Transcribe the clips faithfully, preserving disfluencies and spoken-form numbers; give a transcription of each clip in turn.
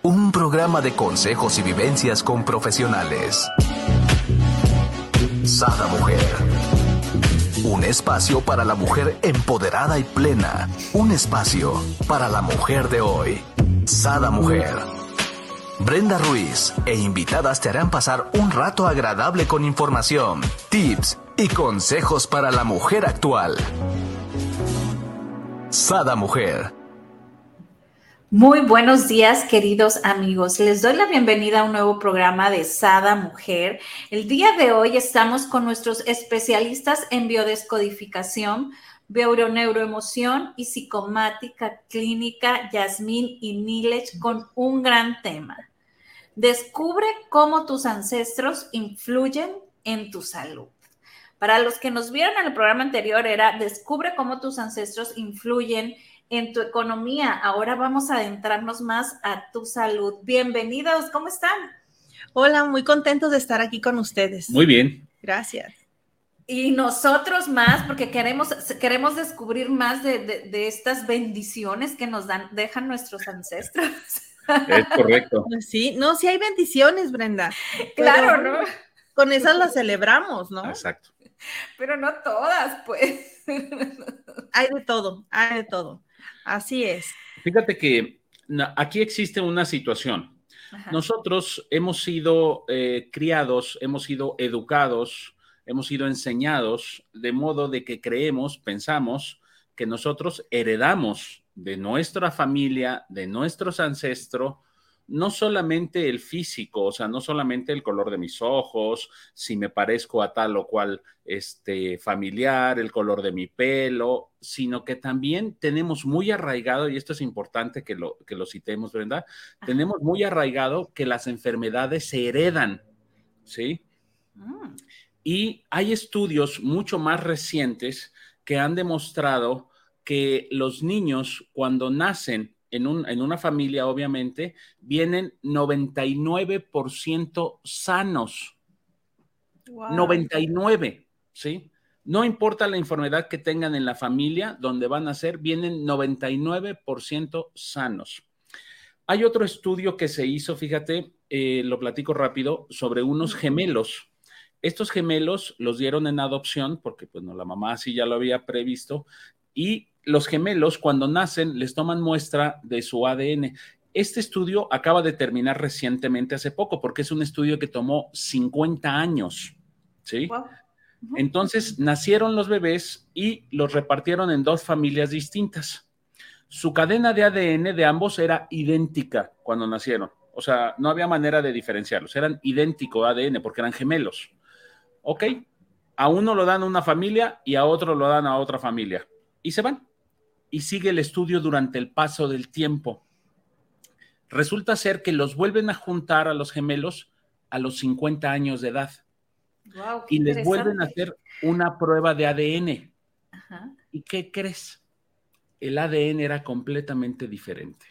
Un programa de consejos y vivencias con profesionales. Sada Mujer. Un espacio para la mujer empoderada y plena. Un espacio para la mujer de hoy. Sada Mujer. Brenda Ruiz e invitadas te harán pasar un rato agradable con información, tips y consejos para la mujer actual. Sada Mujer. Muy buenos días, queridos amigos. Les doy la bienvenida a un nuevo programa de Sada Mujer. El día de hoy estamos con nuestros especialistas en biodescodificación, bioneuroemoción y psicomática clínica, Yasmín y Nilech, con un gran tema. Descubre cómo tus ancestros influyen en tu salud. Para los que nos vieron en el programa anterior era Descubre cómo tus ancestros influyen en tu economía. Ahora vamos a adentrarnos más a tu salud. Bienvenidos, ¿cómo están? Hola, muy contentos de estar aquí con ustedes. Muy bien. Gracias. Y nosotros más, porque queremos, queremos descubrir más de, de, de estas bendiciones que nos dan, dejan nuestros ancestros. Es correcto. Sí, no, sí hay bendiciones, Brenda. Claro, ¿no? Con esas las celebramos, ¿no? Exacto. Pero no todas, pues. Hay de todo, hay de todo. Así es. Fíjate que aquí existe una situación. Ajá. Nosotros hemos sido eh, criados, hemos sido educados, hemos sido enseñados de modo de que creemos, pensamos que nosotros heredamos de nuestra familia, de nuestros ancestros, no solamente el físico, o sea, no solamente el color de mis ojos, si me parezco a tal o cual este, familiar, el color de mi pelo, sino que también tenemos muy arraigado, y esto es importante que lo, que lo citemos, Brenda, Ajá. tenemos muy arraigado que las enfermedades se heredan, ¿sí? Mm. Y hay estudios mucho más recientes que han demostrado que los niños cuando nacen En, un, en una familia, obviamente, vienen noventa y nueve por ciento sanos. Wow. noventa y nueve, ¿sí? No importa la enfermedad que tengan en la familia, donde van a ser, vienen noventa y nueve por ciento sanos. Hay otro estudio que se hizo, fíjate, eh, lo platico rápido, sobre unos gemelos. Estos gemelos los dieron en adopción, porque pues no, la mamá sí ya lo había previsto, y los gemelos cuando nacen les toman muestra de su A D N. Este estudio acaba de terminar recientemente, hace poco, porque es un estudio que tomó cincuenta años, ¿sí? Wow. Uh-huh. Entonces nacieron los bebés y los repartieron en dos familias distintas. Su cadena de A D N de ambos era idéntica cuando nacieron. O sea, no había manera de diferenciarlos. Eran idéntico A D N porque eran gemelos. Ok, a uno lo dan a una familia y a otro lo dan a otra familia. Y se van. Y sigue el estudio durante el paso del tiempo. Resulta ser que los vuelven a juntar a los gemelos a los cincuenta años de edad. Wow, y les vuelven a hacer una prueba de A D N. Ajá. ¿Y qué crees? El A D N era completamente diferente.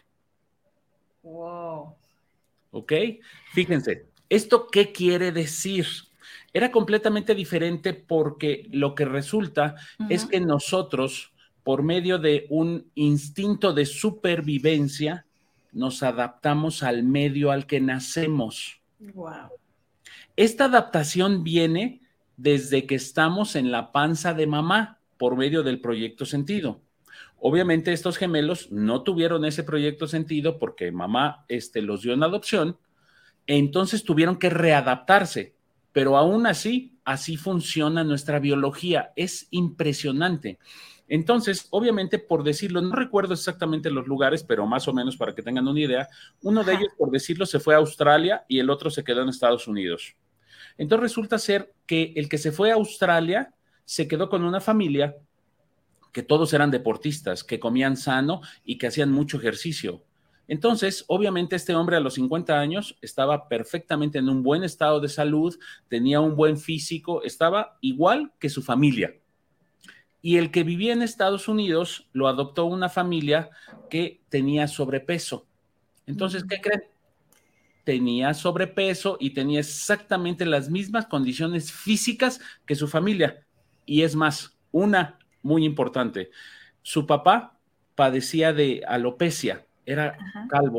Wow. ¿Ok? Fíjense, ¿esto qué quiere decir? Era completamente diferente porque lo que resulta uh-huh. es que nosotros, por medio de un instinto de supervivencia, nos adaptamos al medio al que nacemos. Wow. Esta adaptación viene desde que estamos en la panza de mamá, por medio del proyecto sentido. Obviamente estos gemelos no tuvieron ese proyecto sentido porque mamá este, los dio en adopción, entonces tuvieron que readaptarse, pero aún así, así funciona nuestra biología, es impresionante. Entonces, obviamente, por decirlo, no recuerdo exactamente los lugares, pero más o menos para que tengan una idea, uno Ajá. de ellos, por decirlo, se fue a Australia y el otro se quedó en Estados Unidos. Entonces resulta ser que el que se fue a Australia se quedó con una familia que todos eran deportistas, que comían sano y que hacían mucho ejercicio. Entonces, obviamente, este hombre a los cincuenta años estaba perfectamente en un buen estado de salud, tenía un buen físico, estaba igual que su familia. Y el que vivía en Estados Unidos lo adoptó una familia que tenía sobrepeso. Entonces, ¿qué creen? Tenía sobrepeso y tenía exactamente las mismas condiciones físicas que su familia. Y es más, una muy importante, su papá padecía de alopecia, era Ajá. calvo,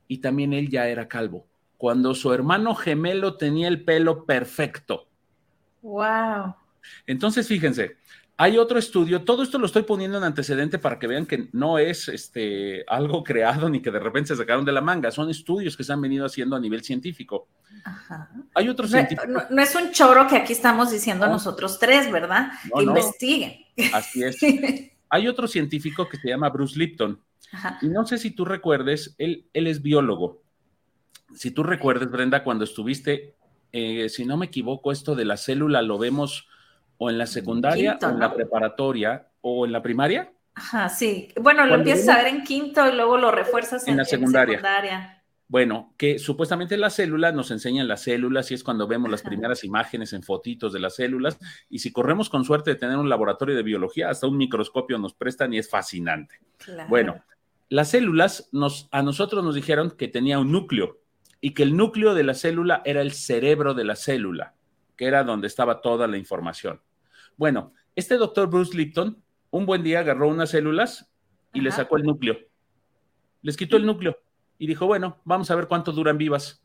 y también él ya era calvo, cuando su hermano gemelo tenía el pelo perfecto. Wow. Entonces, fíjense, hay otro estudio, todo esto lo estoy poniendo en antecedente para que vean que no es este, algo creado ni que de repente se sacaron de la manga, son estudios que se han venido haciendo a nivel científico. Ajá. Hay otro No, científico. no, no es un choro que aquí estamos diciendo No. nosotros tres, ¿verdad? No, que no. investiguen. Así es. Hay otro científico que se llama Bruce Lipton. Ajá. Y no sé si tú recuerdes, él, él es biólogo. Si tú recuerdas, Brenda, cuando estuviste, eh, si no me equivoco, esto de la célula lo vemos o en la secundaria, Quinto, o en ¿no? la preparatoria, o en la primaria. Ajá, sí. Bueno, lo Cuando empiezas vemos- a ver en quinto y luego lo refuerzas En en, la en secundaria. secundaria. Bueno, que supuestamente las células nos enseñan las células y es cuando vemos las Ajá. primeras imágenes en fotitos de las células y si corremos con suerte de tener un laboratorio de biología, hasta un microscopio nos prestan y es fascinante. Claro. Bueno, las células nos, a nosotros nos dijeron que tenía un núcleo y que el núcleo de la célula era el cerebro de la célula, que era donde estaba toda la información. Bueno, este doctor Bruce Lipton un buen día agarró unas células y Ajá. le sacó el núcleo. Les quitó el núcleo. Y dijo, bueno, vamos a ver cuánto duran vivas.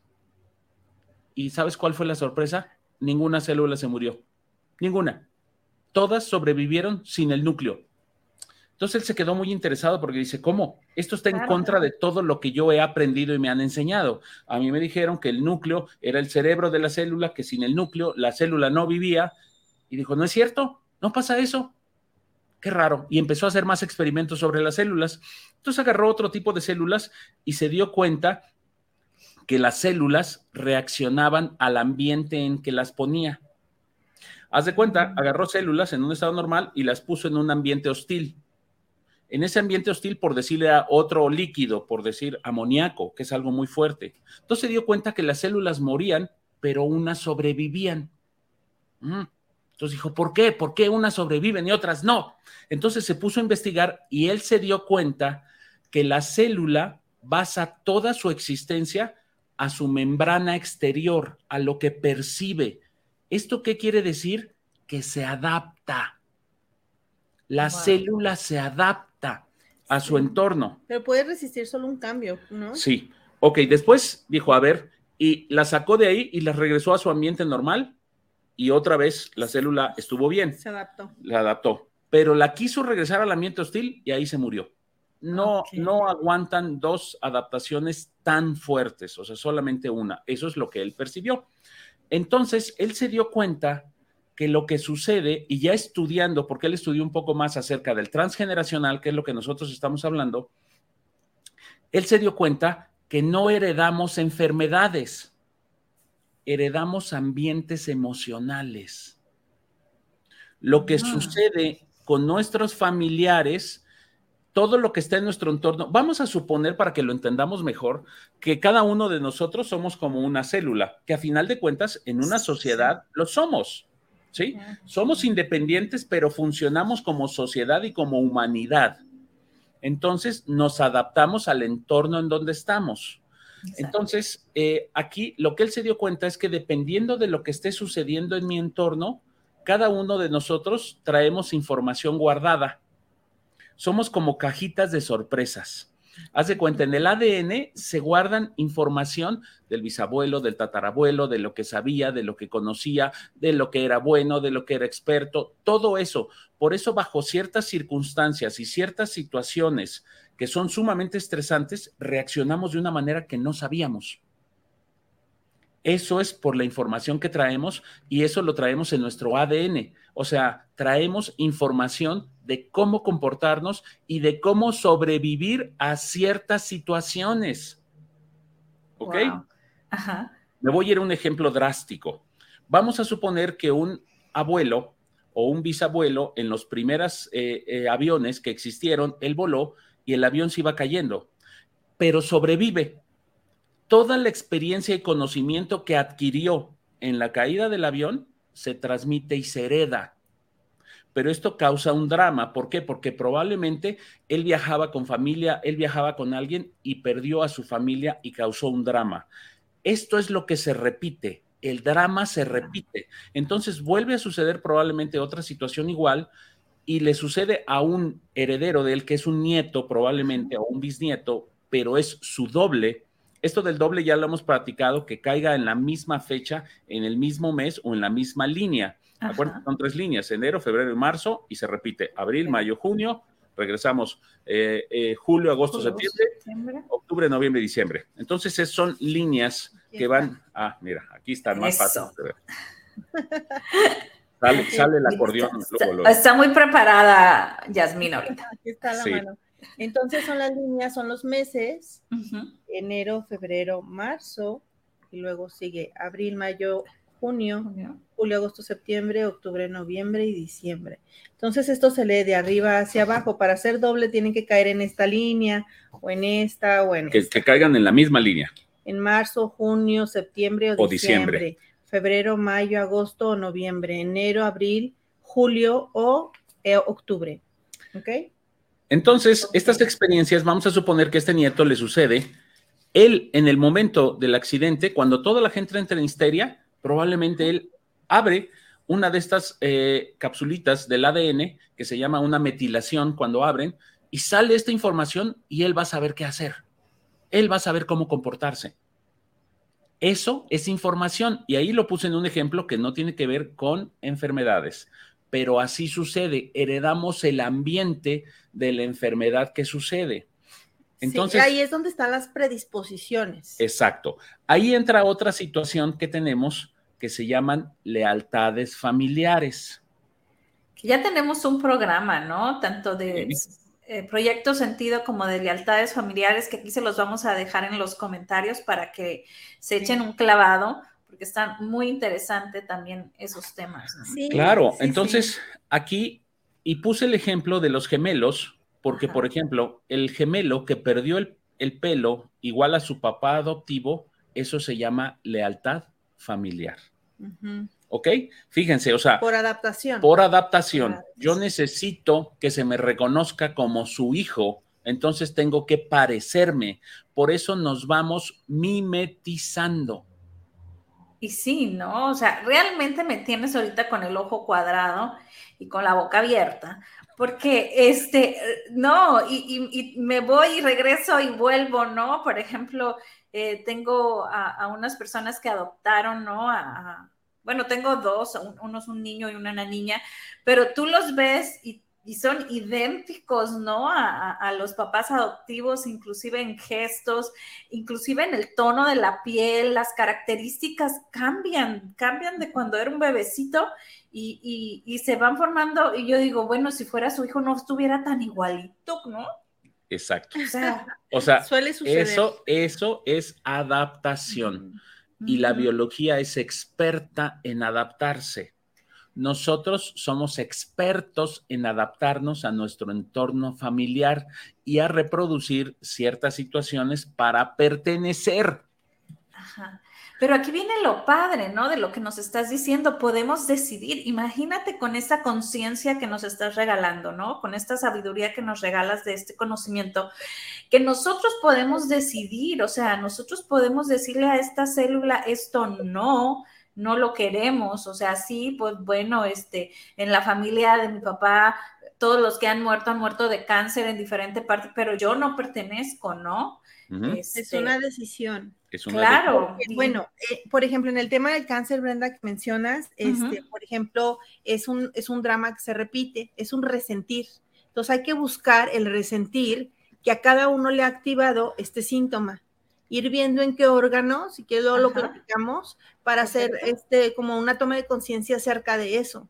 ¿Y sabes cuál fue la sorpresa? Ninguna célula se murió. Ninguna. Todas sobrevivieron sin el núcleo. Entonces él se quedó muy interesado porque dice, ¿cómo? Esto está en Claro. contra de todo lo que yo he aprendido y me han enseñado. A mí me dijeron que el núcleo era el cerebro de la célula, que sin el núcleo la célula no vivía. Y dijo, no es cierto, no pasa eso. Qué raro. Y empezó a hacer más experimentos sobre las células. Entonces agarró otro tipo de células y se dio cuenta que las células reaccionaban al ambiente en que las ponía. Haz de cuenta, agarró células en un estado normal y las puso en un ambiente hostil. En ese ambiente hostil, por decirle a otro líquido, por decir amoníaco, que es algo muy fuerte. Entonces se dio cuenta que las células morían, pero unas sobrevivían. Mm. Entonces dijo, ¿por qué? ¿Por qué unas sobreviven y otras no? Entonces se puso a investigar y él se dio cuenta que la célula basa toda su existencia a su membrana exterior, a lo que percibe. ¿Esto qué quiere decir? Que se adapta. La Wow. célula se adapta a su Sí. entorno. Pero puede resistir solo un cambio, ¿no? Sí. Ok, después dijo, a ver, y la sacó de ahí y la regresó a su ambiente normal. Y otra vez la célula estuvo bien, Se adaptó. la adaptó, pero la quiso regresar al ambiente hostil y ahí se murió. No, Ok. no aguantan dos adaptaciones tan fuertes, o sea, solamente una. Eso es lo que él percibió. Entonces, él se dio cuenta que lo que sucede, y ya estudiando, porque él estudió un poco más acerca del transgeneracional, que es lo que nosotros estamos hablando, él se dio cuenta que no heredamos enfermedades. Heredamos ambientes emocionales. Lo que Ah. sucede con nuestros familiares, todo lo que está en nuestro entorno, vamos a suponer, para que lo entendamos mejor, que cada uno de nosotros somos como una célula, que a final de cuentas en una sociedad lo somos, ¿sí? Somos independientes, pero funcionamos como sociedad y como humanidad. Entonces nos adaptamos al entorno en donde estamos. Exacto. Entonces, eh, aquí lo que él se dio cuenta es que dependiendo de lo que esté sucediendo en mi entorno, cada uno de nosotros traemos información guardada. Somos como cajitas de sorpresas. Haz de cuenta, en el A D N se guardan información del bisabuelo, del tatarabuelo, de lo que sabía, de lo que conocía, de lo que era bueno, de lo que era experto, todo eso. Por eso, bajo ciertas circunstancias y ciertas situaciones que son sumamente estresantes, reaccionamos de una manera que no sabíamos. Eso es por la información que traemos y eso lo traemos en nuestro A D N. O sea, traemos información de cómo comportarnos y de cómo sobrevivir a ciertas situaciones. ¿Ok? Wow. Ajá. Me voy a ir a un ejemplo drástico. Vamos a suponer que un abuelo o un bisabuelo en los primeros eh, eh, aviones que existieron, él voló y el avión se iba cayendo, pero sobrevive. Toda la experiencia y conocimiento que adquirió en la caída del avión se transmite y se hereda. Pero esto causa un drama. ¿Por qué? Porque probablemente él viajaba con familia, él viajaba con alguien y perdió a su familia y causó un drama. Esto es lo que se repite. El drama se repite. Entonces vuelve a suceder probablemente otra situación igual y le sucede a un heredero de él, que es un nieto probablemente o un bisnieto, pero es su doble. Esto del doble ya lo hemos practicado, que caiga en la misma fecha, en el mismo mes o en la misma línea. Ajá. Acuérdense, son tres líneas, enero, febrero y marzo, y se repite abril, mayo, junio, regresamos eh, eh, julio, agosto, Julio, septiembre, septiembre. octubre, noviembre y diciembre. Entonces, es- son líneas Aquí que está. van, ah, mira, aquí están más Eso. fáciles de ver. Sale, sale el acordeón. Está, luego, luego. está muy preparada Yasmín ahorita. Aquí está la Sí. mano. Entonces son las líneas, son los meses, Ujú. enero, febrero, marzo, y luego sigue abril, mayo, junio, Junio. julio, agosto, septiembre, octubre, noviembre y diciembre. Entonces esto se lee de arriba hacia abajo. Para hacer doble tienen que caer en esta línea o en esta o en Que, esta. que caigan en la misma línea. En marzo, junio, septiembre o, O diciembre. diciembre. Febrero, mayo, agosto o noviembre. Enero, abril, julio o eh, octubre. ¿Ok? Entonces, Ok. estas experiencias, vamos a suponer que a este nieto le sucede, él en el momento del accidente, cuando toda la gente entra en histeria, probablemente él abre una de estas eh, capsulitas del A D N que se llama una metilación cuando abren y sale esta información y él va a saber qué hacer. Él va a saber cómo comportarse. Eso es información y ahí lo puse en un ejemplo que no tiene que ver con enfermedades, pero así sucede. Heredamos el ambiente de la enfermedad que sucede. Entonces, sí, ahí es donde están las predisposiciones. exacto. Ahí entra otra situación que tenemos que se llaman lealtades familiares. Ya tenemos un programa, ¿no? Tanto de eh, Proyecto Sentido como de lealtades familiares, que aquí se los vamos a dejar en los comentarios para que se echen Sí. un clavado, porque están muy interesantes también esos temas, ¿no? Sí, Claro, sí, entonces sí. aquí, y puse el ejemplo de los gemelos, porque, Ajá. por ejemplo, el gemelo que perdió el, el pelo igual a su papá adoptivo, eso se llama lealtad familiar. Uh-huh. ¿Ok? Fíjense, o sea, Por adaptación. por adaptación, Por yo necesito que se me reconozca como su hijo, entonces tengo que parecerme. Por eso nos vamos mimetizando. Y sí, ¿no? O sea, realmente me tienes ahorita con el ojo cuadrado y con la boca abierta, porque este, no, y, y, y me voy y regreso y vuelvo, ¿no? Por ejemplo, eh, tengo a, a unas personas que adoptaron, ¿no? A, a, bueno, tengo dos, uno es un niño y una niña, pero tú los ves y y son idénticos, ¿no? A, a, los papás adoptivos, inclusive en gestos, inclusive en el tono de la piel, las características cambian, cambian de cuando era un bebecito y, y, y se van formando, y yo digo, bueno, si fuera su hijo no estuviera tan igualito, ¿no? Exacto. O sea, o sea suele suceder. Eso, eso es adaptación. Uh-huh. Y uh-huh. la biología es experta en adaptarse. Nosotros somos expertos en adaptarnos a nuestro entorno familiar y a reproducir ciertas situaciones para pertenecer. Ajá. Pero aquí viene lo padre, ¿no? De lo que nos estás diciendo, podemos decidir. Imagínate con esta conciencia que nos estás regalando, ¿no? Con esta sabiduría que nos regalas de este conocimiento, que nosotros podemos decidir, o sea, nosotros podemos decirle a esta célula, esto no, no lo queremos, o sea, sí, pues bueno, este, en la familia de mi papá, todos los que han muerto han muerto de cáncer en diferentes partes, pero yo no pertenezco, ¿no? Uh-huh. Este, es una decisión. Es una claro. Decisión. Bueno, eh, por ejemplo, en el tema del cáncer, Brenda, que mencionas, este, uh-huh. por ejemplo, es un, es un drama que se repite, es un resentir. Entonces hay que buscar el resentir que a cada uno le ha activado este síntoma. Ir viendo en qué órganos y qué lo, lo platicamos para Perfecto. hacer este como una toma de conciencia acerca de eso.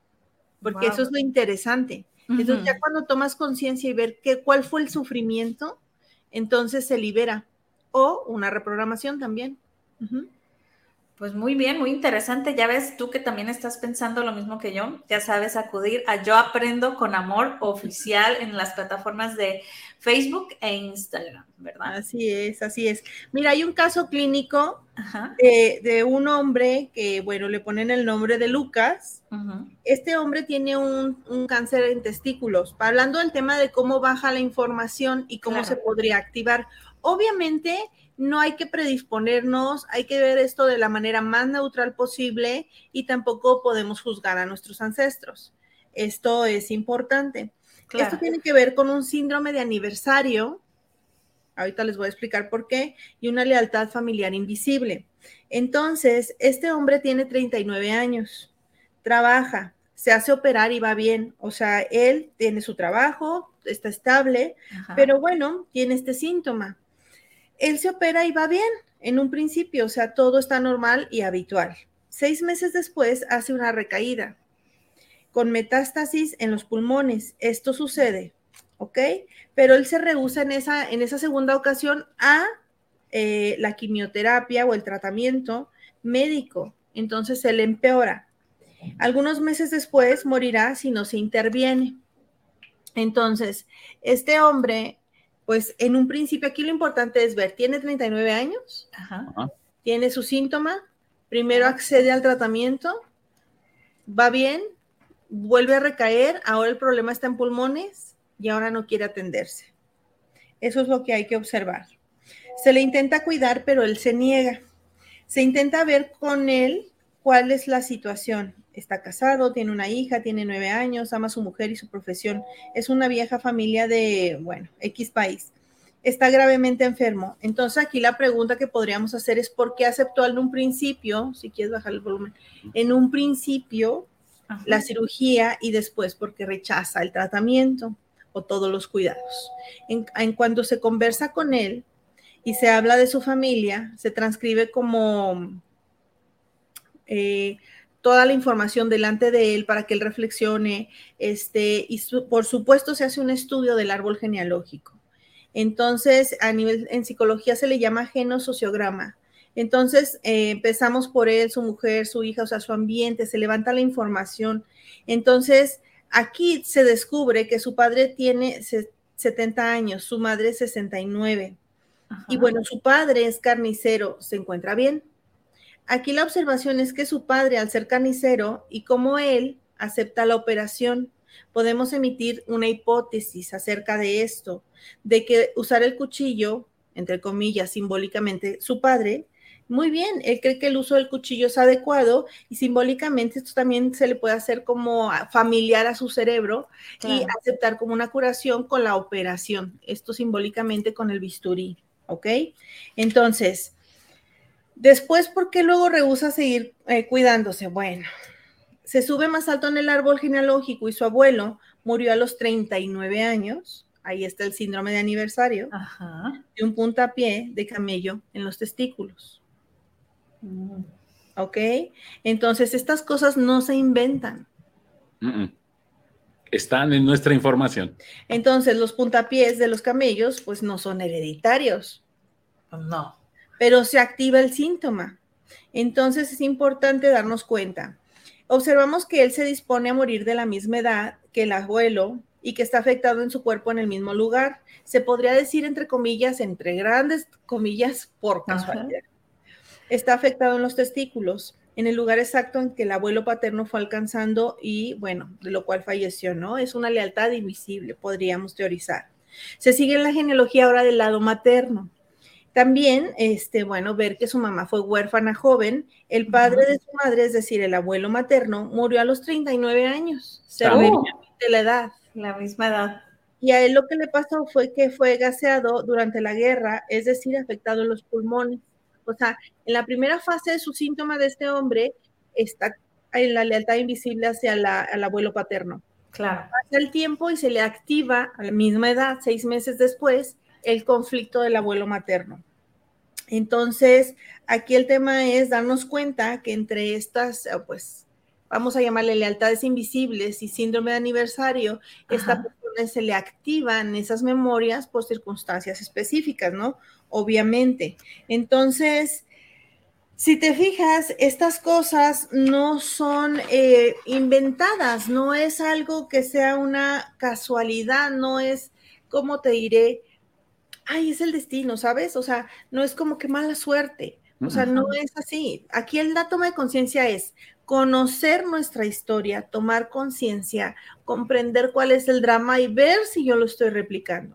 Porque wow. eso es lo interesante. Uh-huh. Entonces ya cuando tomas conciencia y ver qué, cuál fue el sufrimiento, entonces se libera. O una reprogramación también. Uh-huh. Pues muy bien, muy interesante. Ya ves tú que también estás pensando lo mismo que yo. Ya sabes acudir a Yo Aprendo con Amor oficial en las plataformas de Facebook e Instagram, ¿verdad? Así es, así es. Mira, hay un caso clínico de, de un hombre que, bueno, le ponen el nombre de Lucas. Uh-huh. Este hombre tiene un, un cáncer en testículos. Hablando del tema de cómo baja la información y cómo claro. se podría activar. Obviamente no hay que predisponernos, hay que ver esto de la manera más neutral posible y tampoco podemos juzgar a nuestros ancestros. Esto es importante. Claro. Esto tiene que ver con un síndrome de aniversario ahorita les voy a explicar por qué, y una lealtad familiar invisible. Entonces, este hombre tiene treinta y nueve años, trabaja, se hace operar y va bien, o sea, él tiene su trabajo, está estable, Ajá. pero bueno, tiene este síntoma. Él se opera y va bien en un principio, o sea, todo está normal y habitual. Seis meses después hace una recaída con metástasis en los pulmones. Esto sucede, ¿ok? Pero él se rehúsa en esa, en esa segunda ocasión a eh, la quimioterapia o el tratamiento médico. Entonces se le empeora. Algunos meses después morirá si no se interviene. Entonces, este hombre, pues en un principio, aquí lo importante es ver, tiene treinta y nueve años, Ajá. tiene su síntoma, primero accede al tratamiento, va bien, vuelve a recaer, ahora el problema está en pulmones y ahora no quiere atenderse. Eso es lo que hay que observar. Se le intenta cuidar, pero él se niega. Se intenta ver con él cuál es la situación. Está casado, tiene una hija, tiene nueve años, ama a su mujer y su profesión. Es una vieja familia de, bueno, X país. Está gravemente enfermo. Entonces aquí la pregunta que podríamos hacer es ¿por qué aceptó en un principio, si quieres bajar el volumen, en un principio Ajá. la cirugía y después porque rechaza el tratamiento o todos los cuidados? En, en cuanto se conversa con él y se habla de su familia, se transcribe como eh, toda la información delante de él para que él reflexione, este, y su, por supuesto se hace un estudio del árbol genealógico. Entonces, a nivel, en psicología se le llama genosociograma. Entonces, eh, empezamos por él, su mujer, su hija, o sea, su ambiente, se levanta la información. Entonces, aquí se descubre que su padre tiene setenta años, su madre sesenta y nueve. Ajá. Y bueno, su padre es carnicero, se encuentra bien. Aquí la observación es que su padre, al ser carnicero, y como él acepta la operación, podemos emitir una hipótesis acerca de esto, de que usar el cuchillo, entre comillas, simbólicamente, su padre, muy bien, él cree que el uso del cuchillo es adecuado y simbólicamente esto también se le puede hacer como familiar a su cerebro claro. y aceptar como una curación con la operación, esto simbólicamente con el bisturí, ¿ok? Entonces, después, ¿por qué luego rehúsa seguir eh, cuidándose? Bueno, se sube más alto en el árbol genealógico y su abuelo murió a los treinta y nueve años. Ahí está el síndrome de aniversario. Ajá. De un puntapié de camello en los testículos. Mm. ¿Ok? Entonces, estas cosas no se inventan. Mm-mm. Están en nuestra información. Entonces, los puntapiés de los camellos, pues no son hereditarios. No. Pero se activa el síntoma. Entonces, es importante darnos cuenta. Observamos que él se dispone a morir de la misma edad que el abuelo y que está afectado en su cuerpo en el mismo lugar. Se podría decir, entre comillas, entre grandes comillas, por casualidad. Ajá. Está afectado en los testículos, en el lugar exacto en que el abuelo paterno fue alcanzando y, bueno, de lo cual falleció, ¿no? Es una lealtad invisible, podríamos teorizar. Se sigue en la genealogía ahora del lado materno. También, este, bueno, ver que su mamá fue huérfana joven, el padre uh-huh. de su madre, es decir, el abuelo materno, murió a los treinta y nueve años, cerca de la edad. La misma edad. Y a él lo que le pasó fue que fue gaseado durante la guerra, es decir, afectado en los pulmones. O sea, en la primera fase de su síntoma de este hombre está en la lealtad invisible hacia la, al abuelo paterno. Claro. Pasa el tiempo y se le activa a la misma edad, seis meses después, el conflicto del abuelo materno. Entonces, aquí el tema es darnos cuenta que entre estas, pues, vamos a llamarle lealtades invisibles y síndrome de aniversario, Ajá. esta persona se le activan esas memorias por circunstancias específicas, ¿no? Obviamente. Entonces, si te fijas, estas cosas no son eh, inventadas, no es algo que sea una casualidad, no es, ¿cómo te diré? Ay, es el destino, ¿sabes? O sea, no es como que mala suerte, o sea, no es así. Aquí el toma de conciencia es conocer nuestra historia, tomar conciencia, comprender cuál es el drama y ver si yo lo estoy replicando.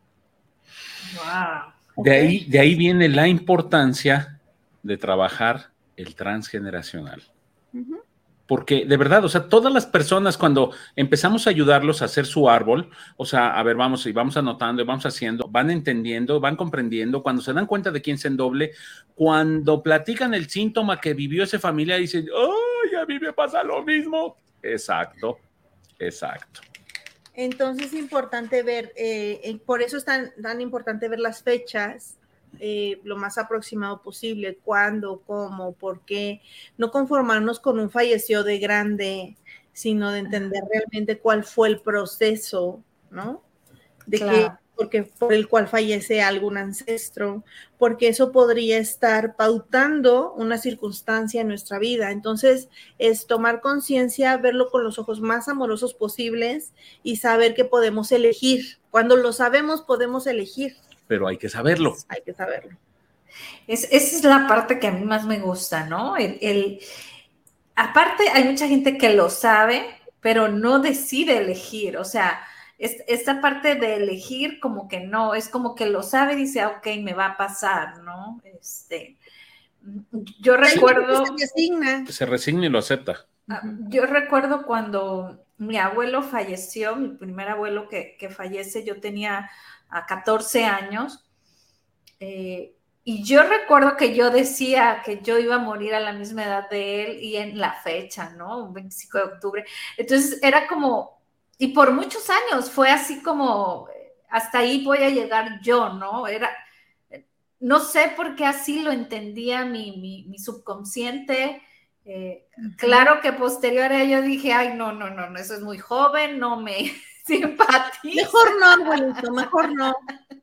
Wow. De ahí, de ahí viene la importancia de trabajar el transgeneracional. Uh-huh. porque de verdad, o sea, todas las personas cuando empezamos a ayudarlos a hacer su árbol, o sea, a ver, vamos y vamos anotando y vamos haciendo, van entendiendo, van comprendiendo, cuando se dan cuenta de quién se endoble, cuando platican el síntoma que vivió esa familia, dicen, ¡ay, a mí me pasa lo mismo! Exacto, exacto. Entonces es importante ver, eh, por eso es tan, tan importante ver las fechas, eh, lo más aproximado posible, cuándo, cómo, por qué, no conformarnos con un falleció de grande, sino de entender realmente cuál fue el proceso, ¿no? De claro. que, porque por el cual fallece algún ancestro, porque eso podría estar pautando una circunstancia en nuestra vida. Entonces, es tomar conciencia, verlo con los ojos más amorosos posibles y saber que podemos elegir. Cuando lo sabemos, podemos elegir. Pero hay que saberlo. Hay que saberlo. Es, esa es la parte que a mí más me gusta, ¿no? El, el, aparte, hay mucha gente que lo sabe, pero no decide elegir. O sea, es, esta parte de elegir como que no, es como que lo sabe y dice, ah, ok, me va a pasar, ¿no? Este, yo recuerdo... Se resigna. Se resigna y lo acepta. Yo recuerdo cuando mi abuelo falleció, mi primer abuelo que, que fallece, yo tenía a catorce años, eh, y yo recuerdo que yo decía que yo iba a morir a la misma edad de él y en la fecha, ¿no? Un veinticinco de octubre. Entonces era como, y por muchos años fue así como, hasta ahí voy a llegar yo, ¿no? Era, no sé por qué así lo entendía mi, mi, mi subconsciente. Eh, uh-huh. Claro que posterior a ello dije, ay, no, no, no, no, eso es muy joven, no me simpatiza. Mejor no, abuelito, mejor no.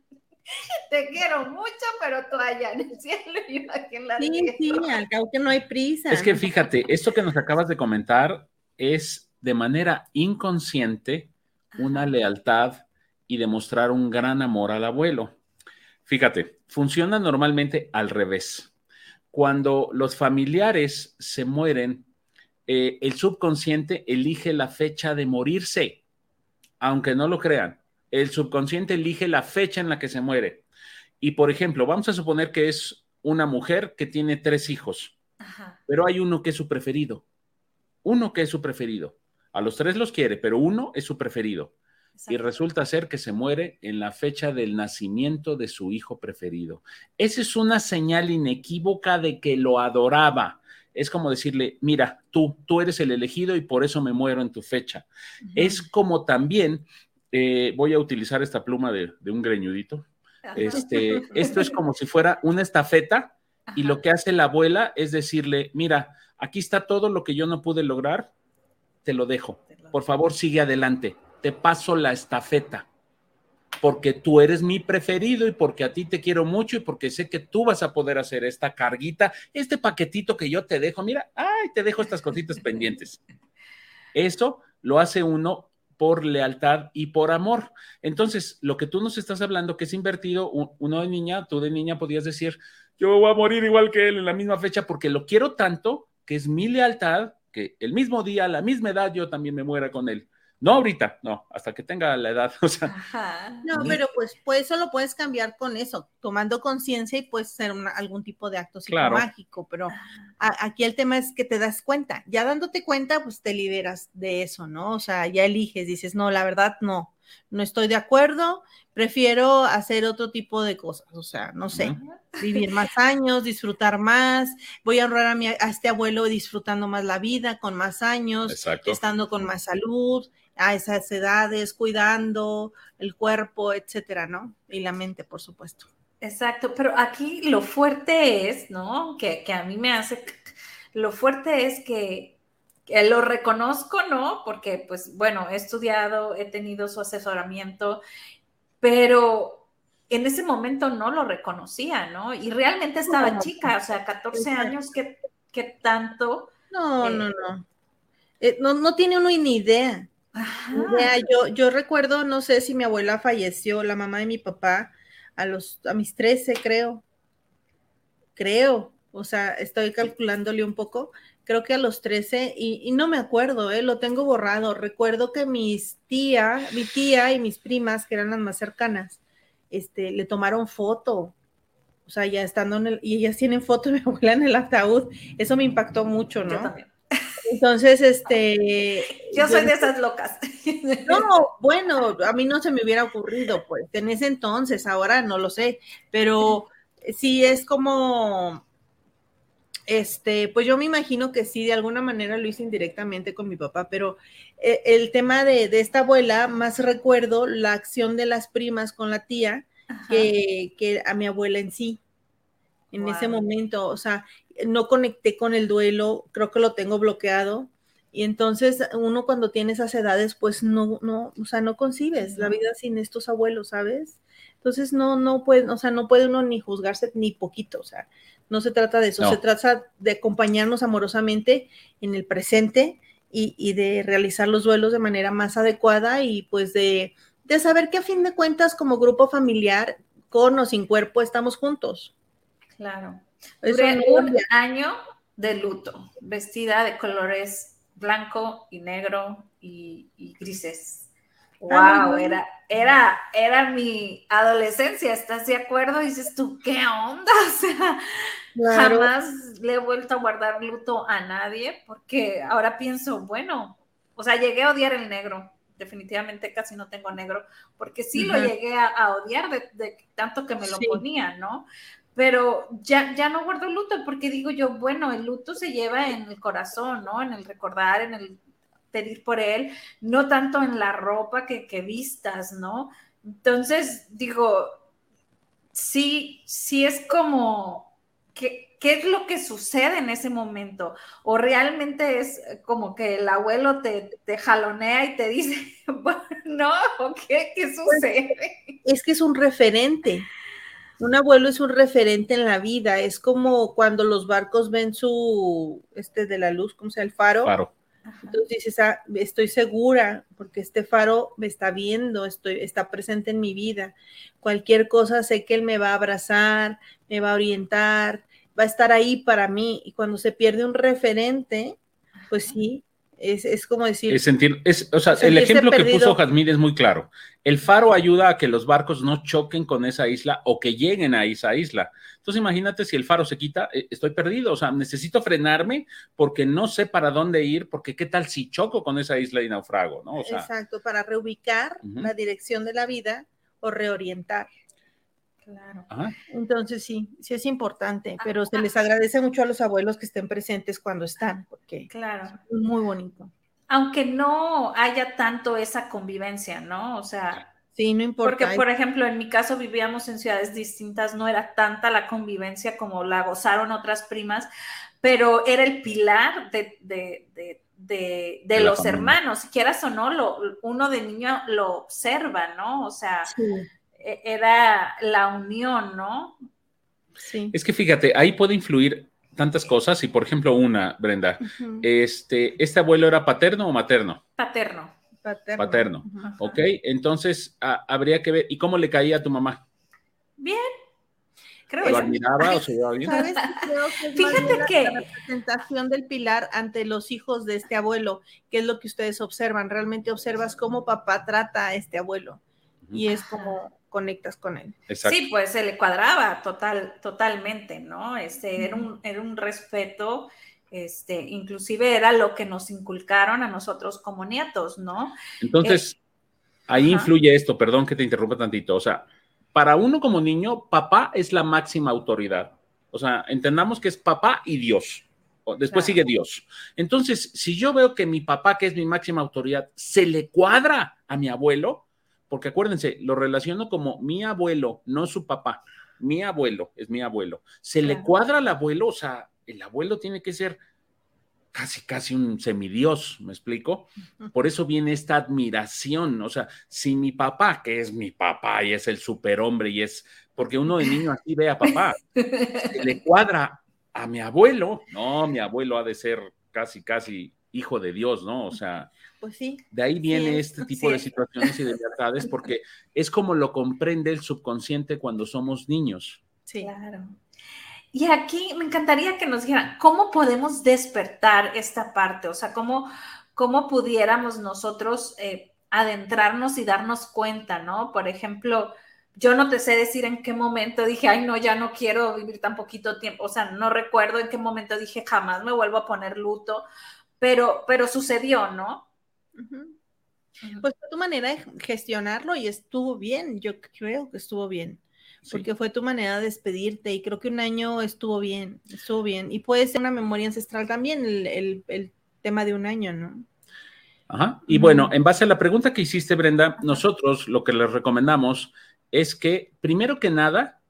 Te quiero mucho, pero tú allá en el cielo y yo aquí en la sí, tierra. Sí, al cabo que no hay prisa. Es que fíjate, esto que nos acabas de comentar es de manera inconsciente una lealtad y demostrar un gran amor al abuelo. Fíjate, funciona normalmente al revés. Cuando los familiares se mueren, eh, el subconsciente elige la fecha de morirse, aunque no lo crean. El subconsciente elige la fecha en la que se muere. Y, por ejemplo, vamos a suponer que es una mujer que tiene tres hijos, Ajá. pero hay uno que es su preferido. Uno que es su preferido. A los tres los quiere, pero uno es su preferido. Exacto. Y resulta ser que se muere en la fecha del nacimiento de su hijo preferido. Esa es una señal inequívoca de que lo adoraba. Es como decirle, mira, tú, tú eres el elegido y por eso me muero en tu fecha. Uh-huh. Es como también... Eh, voy a utilizar esta pluma de, de un greñudito. Este, esto es como si fuera una estafeta. Ajá. Y lo que hace la abuela es decirle, mira, aquí está todo lo que yo no pude lograr, te lo dejo. Por favor, sigue adelante. Te paso la estafeta. Porque tú eres mi preferido y porque a ti te quiero mucho y porque sé que tú vas a poder hacer esta carguita, este paquetito que yo te dejo. Mira, ay, te dejo estas cositas pendientes. Eso lo hace uno por lealtad y por amor. Entonces, lo que tú nos estás hablando, que es invertido, uno de niña, tú de niña podías decir, yo voy a morir igual que él en la misma fecha porque lo quiero tanto, que es mi lealtad, que el mismo día, a la misma edad, yo también me muera con él. No ahorita, no, hasta que tenga la edad. O sea, Ajá. No, pero pues, pues eso lo puedes cambiar con eso, tomando conciencia y puede ser una, algún tipo de acto psicomágico, claro. Pero a, aquí el tema es que te das cuenta, ya dándote cuenta, pues te liberas de eso, ¿no? O sea, ya eliges, dices, no, la verdad no, no estoy de acuerdo, prefiero hacer otro tipo de cosas, o sea, no sé, uh-huh. vivir más años, disfrutar más, voy a honrar a, mi, a este abuelo disfrutando más la vida, con más años, Exacto. estando con más salud, a esas edades, cuidando el cuerpo, etcétera, ¿no? Y la mente, por supuesto. Exacto, pero aquí lo fuerte es, ¿no? Que, que a mí me hace, lo fuerte es que, que lo reconozco, ¿no? Porque, pues, bueno, he estudiado, he tenido su asesoramiento, pero en ese momento no lo reconocía, ¿no? Y realmente estaba no, chica, o sea, catorce exacto. años, ¿qué, qué tanto? No, eh, no, no. Eh, no. No tiene uno ni idea. Ajá. Yo, yo recuerdo, no sé si mi abuela falleció, la mamá de mi papá, a los a mis trece, creo. Creo, o sea, estoy calculándole un poco, creo que a los trece, y, y no me acuerdo, ¿eh? Lo tengo borrado. Recuerdo que mis tía, mi tía y mis primas, que eran las más cercanas, este, le tomaron foto. O sea, ya estando en el, y ellas tienen foto de mi abuela en el ataúd. Eso me impactó mucho, ¿no? Yo también. Entonces, este... Yo soy de esas locas. No, bueno, a mí no se me hubiera ocurrido, pues, en ese entonces, ahora no lo sé, pero sí es como, este, pues yo me imagino que sí, de alguna manera lo hice indirectamente con mi papá, pero eh, el tema de, de esta abuela, más recuerdo la acción de las primas con la tía que, que a mi abuela en sí. En wow. ese momento, o sea, no conecté con el duelo, creo que lo tengo bloqueado, y entonces uno cuando tiene esas edades, pues no, no, o sea, no concibes no. la vida sin estos abuelos, ¿sabes? Entonces no, no puede, o sea, no puede uno ni juzgarse ni poquito, o sea, no se trata de eso, no. se trata de acompañarnos amorosamente en el presente y, y de realizar los duelos de manera más adecuada y pues de, de saber que a fin de cuentas como grupo familiar, con o sin cuerpo, estamos juntos. Claro. Duré no un año de luto, vestida de colores blanco y negro y, y grises. Wow, ah, era, era, era mi adolescencia, ¿estás de acuerdo? Y dices tú, ¿qué onda? O sea, claro. Jamás le he vuelto a guardar luto a nadie, porque ahora pienso, bueno, o sea, llegué a odiar el negro. Definitivamente casi no tengo negro, porque sí uh-huh. lo llegué a, a odiar de, de tanto que me sí. lo ponía, ¿no? Pero ya, ya no guardo luto porque digo yo, bueno, el luto se lleva en el corazón, ¿no? En el recordar, en el pedir por él, no tanto en la ropa que, que vistas, ¿no? Entonces, digo, sí, sí es como, ¿qué, ¿qué es lo que sucede en ese momento? O realmente es como que el abuelo te, te jalonea y te dice, bueno, no, ¿qué, ¿qué sucede? Pues, es que es un referente. Un abuelo es un referente en la vida, es como cuando los barcos ven su, este de la luz, ¿cómo se llama? El faro. Faro. Entonces dices, ah, estoy segura, porque este faro me está viendo, estoy, está presente en mi vida. Cualquier cosa sé que él me va a abrazar, me va a orientar, va a estar ahí para mí. Y cuando se pierde un referente, pues sí, es, es como decir... Es sentir, es, o sea, el ejemplo perdido. Que puso Jazmín es muy claro. El faro ayuda a que los barcos no choquen con esa isla o que lleguen a esa isla. Entonces imagínate si el faro se quita, estoy perdido, o sea, necesito frenarme porque no sé para dónde ir, porque qué tal si choco con esa isla y naufrago, ¿no? O sea, exacto, para reubicar uh-huh. la dirección de la vida o reorientar. Claro. Ajá. Entonces sí, sí es importante, pero se les agradece mucho a los abuelos que estén presentes cuando están, porque claro. es muy bonito. Aunque no haya tanto esa convivencia, ¿no? O sea, sí, no importa. Porque, por ejemplo, en mi caso vivíamos en ciudades distintas, no era tanta la convivencia como la gozaron otras primas, pero era el pilar de, de, de, de, de los familia. Hermanos, si quieras o no, lo, uno de niño lo observa, ¿no? O sea, sí. Era la unión, ¿no? Sí. Es que fíjate, ahí puede influir tantas cosas y, por ejemplo, una, Brenda, uh-huh. este, ¿este abuelo era paterno o materno? Paterno. Paterno. Paterno, uh-huh. Ok, entonces a, habría que ver, ¿y cómo le caía a tu mamá? Bien. Creo ¿Lo que admiraba o se llevaba bien? ¿Sabes? Creo que es Fíjate más que la representación del pilar ante los hijos de este abuelo, que es lo que ustedes observan, realmente observas cómo papá trata a este abuelo uh-huh. y es como conectas con él. Exacto. Sí, pues se le cuadraba total, totalmente, ¿no? Este, uh-huh. era, un, era un respeto, este, inclusive era lo que nos inculcaron a nosotros como nietos, ¿no? Entonces, eh, ahí uh-huh. influye esto, perdón que te interrumpa tantito, o sea, para uno como niño, papá es la máxima autoridad, o sea, entendamos que es papá y Dios, después claro. sigue Dios. Entonces, si yo veo que mi papá, que es mi máxima autoridad, se le cuadra a mi abuelo, porque acuérdense, lo relaciono como mi abuelo, no su papá. Mi abuelo es mi abuelo. Se claro. le cuadra al abuelo, o sea, el abuelo tiene que ser casi, casi un semidios, ¿me explico? Por eso viene esta admiración, o sea, si mi papá, que es mi papá y es el superhombre y es, porque uno de niño así ve a papá, se le cuadra a mi abuelo, no, mi abuelo ha de ser casi, casi hijo de Dios, ¿no? O sea... Pues sí. De ahí viene sí, este tipo sí. de situaciones y de verdades, porque es como lo comprende el subconsciente cuando somos niños. Sí, claro. Y aquí me encantaría que nos dijeran, ¿cómo podemos despertar esta parte? O sea, ¿cómo, cómo pudiéramos nosotros eh, adentrarnos y darnos cuenta, ¿no? Por ejemplo, yo no te sé decir en qué momento dije, ay, no, ya no quiero vivir tan poquito tiempo. O sea, no recuerdo en qué momento dije, jamás me vuelvo a poner luto. pero, pero sucedió, ¿no? Uh-huh. Pues fue tu manera de gestionarlo y estuvo bien, yo creo que estuvo bien, porque sí. Fue tu manera de despedirte y creo que un año estuvo bien, estuvo bien. Y puede ser una memoria ancestral también el, el, el tema de un año, ¿no? Ajá. Y bueno, en base a la pregunta que hiciste, Brenda, nosotros lo que les recomendamos es que, primero que nada,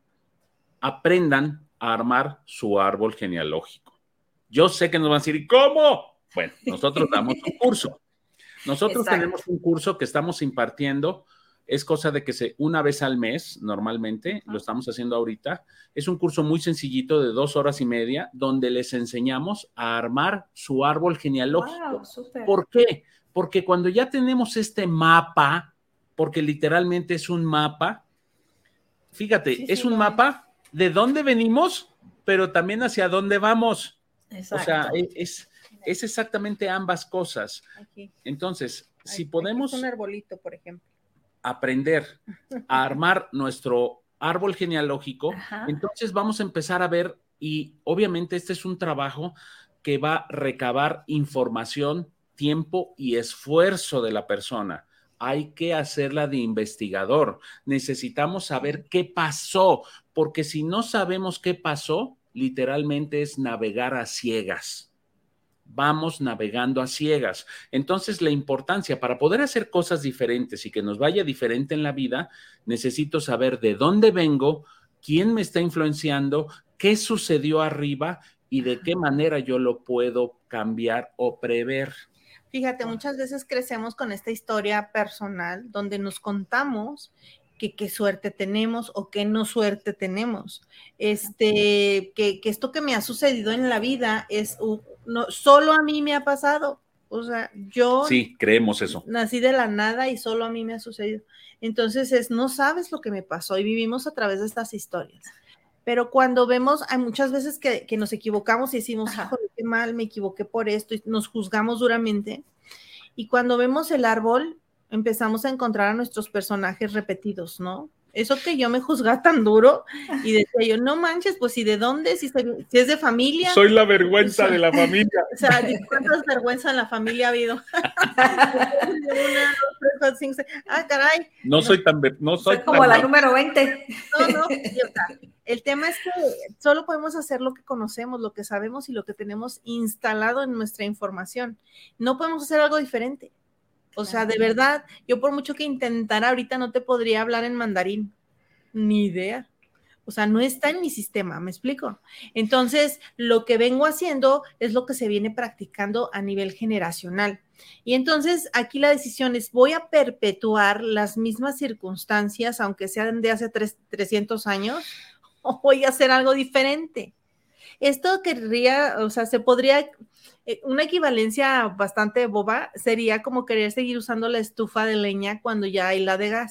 aprendan a armar su árbol genealógico. Yo sé que nos van a decir, ¿y cómo? Bueno, nosotros damos un curso. Nosotros Exacto. tenemos un curso que estamos impartiendo, es cosa de que se una vez al mes, normalmente, uh-huh. lo estamos haciendo ahorita. Es un curso muy sencillito de dos horas y media, donde les enseñamos a armar su árbol genealógico. Wow, ¿Por qué? Porque cuando ya tenemos este mapa, porque literalmente es un mapa, fíjate, sí, es sí, un no mapa es. de dónde venimos, pero también hacia dónde vamos. Exacto. O sea, es, es exactamente ambas cosas. Aquí. Entonces, aquí, si podemos... un arbolito, por ejemplo. Aprender a armar nuestro árbol genealógico, Ajá. entonces vamos a empezar a ver, y obviamente este es un trabajo que va a recabar información, tiempo y esfuerzo de la persona. Hay que hacerla de investigador. Necesitamos saber qué pasó, porque si no sabemos qué pasó, literalmente es navegar a ciegas. Vamos navegando a ciegas. Entonces, la importancia para poder hacer cosas diferentes y que nos vaya diferente en la vida, necesito saber de dónde vengo, quién me está influenciando, qué sucedió arriba y de qué manera yo lo puedo cambiar o prever. Fíjate, muchas veces crecemos con esta historia personal donde nos contamos que qué suerte tenemos o qué no suerte tenemos. Este, que, que esto que me ha sucedido en la vida es, uh, no, solo a mí me ha pasado. O sea, yo... Sí, creemos eso. Nací de la nada y solo a mí me ha sucedido. Entonces es, no sabes lo que me pasó y vivimos a través de estas historias. Pero cuando vemos, hay muchas veces que, que nos equivocamos y decimos, híjole, qué mal, me equivoqué por esto, y nos juzgamos duramente. Y cuando vemos el árbol, empezamos a encontrar a nuestros personajes repetidos, ¿no? Eso que yo me juzgaba tan duro y decía yo, no manches, pues ¿y de dónde? Si, soy, si es de familia. Soy la vergüenza o sea, de la familia. O sea, ¿cuántas vergüenzas en la familia ha habido? Una, dos, tres, cuatro, cinco, seis. Ah, caray. No soy tan... No soy, soy como tan la número veinte. No, no, y, o sea, el tema es que solo podemos hacer lo que conocemos, lo que sabemos y lo que tenemos instalado en nuestra información. No podemos hacer algo diferente. O sea, de verdad, yo por mucho que intentara ahorita no te podría hablar en mandarín, ni idea. O sea, no está en mi sistema, ¿me explico? Entonces, lo que vengo haciendo es lo que se viene practicando a nivel generacional. Y entonces, aquí la decisión es, ¿voy a perpetuar las mismas circunstancias, aunque sean de hace tres, trescientos años, o voy a hacer algo diferente? Esto querría, o sea, se podría... Una equivalencia bastante boba sería como querer seguir usando la estufa de leña cuando ya hay la de gas.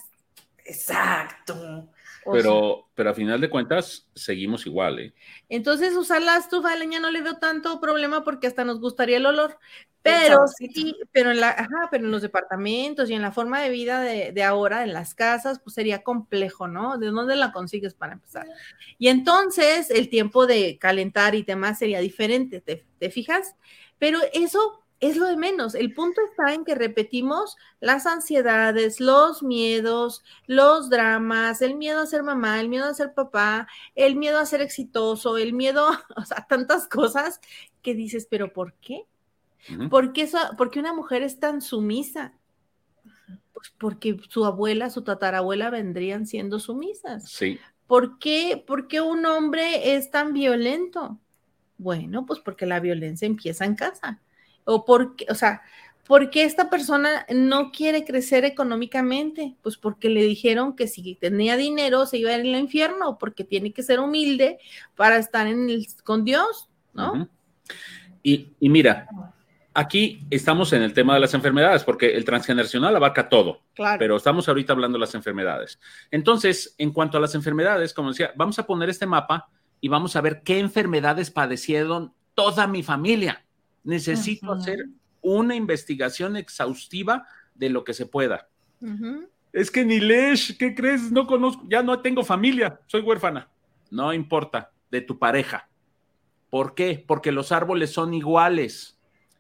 Exacto. Pero, pero a final de cuentas, seguimos igual, ¿eh? Entonces, usar la estufa de leña no le veo tanto problema porque hasta nos gustaría el olor. Pero sí, pero en, la, ajá, pero en los departamentos y en la forma de vida de, de ahora, en las casas, pues sería complejo, ¿no? ¿De dónde la consigues para empezar? Y entonces, el tiempo de calentar y demás sería diferente, ¿te, te fijas? Pero eso es lo de menos. El punto está en que repetimos las ansiedades, los miedos, los dramas, el miedo a ser mamá, el miedo a ser papá, el miedo a ser exitoso, el miedo, o sea, tantas cosas que dices, ¿pero por qué? Uh-huh. ¿Por qué, eso, ¿Por qué una mujer es tan sumisa? Pues porque su abuela, su tatarabuela vendrían siendo sumisas. Sí. ¿Por qué, ¿Por qué un hombre es tan violento? Bueno, pues porque la violencia empieza en casa. O porque, o sea, ¿por qué esta persona no quiere crecer económicamente? Pues porque le dijeron que si tenía dinero se iba a ir al infierno, porque tiene que ser humilde para estar en el, con Dios, ¿no? Uh-huh. Y, y mira, aquí estamos en el tema de las enfermedades, porque el transgeneracional abarca todo, claro. Pero estamos ahorita hablando de las enfermedades. Entonces, en cuanto a las enfermedades, como decía, vamos a poner este mapa y vamos a ver qué enfermedades padecieron toda mi familia. Necesito uh-huh. hacer una investigación exhaustiva de lo que se pueda. Uh-huh. Es que Nilesh, ¿qué crees? No conozco, ya no tengo familia, soy huérfana. No importa, de tu pareja. ¿Por qué? Porque los árboles son iguales.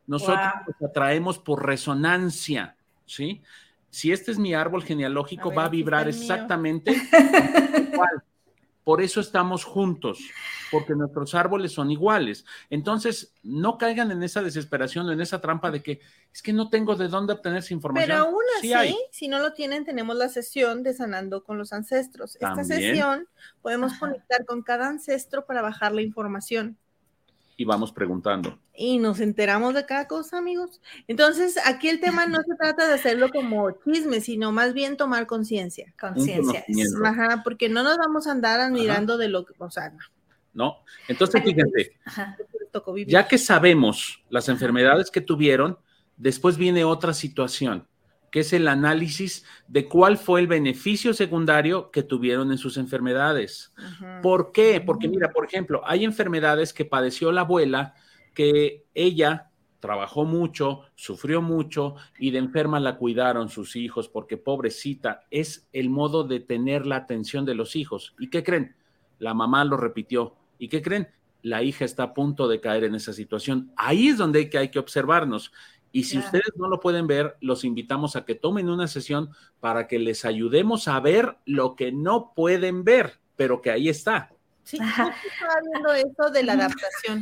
Nosotros Wow. nos atraemos por resonancia, ¿sí? Si este es mi árbol genealógico, A ver, va a aquí vibrar está el mío. exactamente igual. Por eso estamos juntos, porque nuestros árboles son iguales. Entonces, no caigan en esa desesperación o en esa trampa de que es que no tengo de dónde obtener esa información. Pero aún Sí así, hay. si no lo tienen, tenemos la sesión de Sanando con los Ancestros. Esta También. sesión podemos Ajá. conectar con cada ancestro para bajar la información. Y vamos preguntando. Y nos enteramos de cada cosa, amigos. Entonces, aquí el tema no se trata de hacerlo como chisme, sino más bien tomar conciencia. Conciencia. conocimiento. Ajá, porque no nos vamos a andar admirando Ajá. de lo que, o sea, no. ¿No? Entonces, fíjense, Ajá. Les tocó vivir. ya que sabemos las enfermedades que tuvieron, después viene otra situación, que es el análisis de cuál fue el beneficio secundario que tuvieron en sus enfermedades. Ajá. ¿Por qué? Porque mira, por ejemplo, hay enfermedades que padeció la abuela, que ella trabajó mucho, sufrió mucho y de enferma la cuidaron sus hijos, porque pobrecita, es el modo de tener la atención de los hijos. ¿Y qué creen? La mamá lo repitió. ¿Y qué creen? La hija está a punto de caer en esa situación. Ahí es donde hay que, hay que observarnos. Y si Claro. ustedes no lo pueden ver, los invitamos a que tomen una sesión para que les ayudemos a ver lo que no pueden ver, pero que ahí está. Sí, Ajá. justo estaba viendo eso de la adaptación.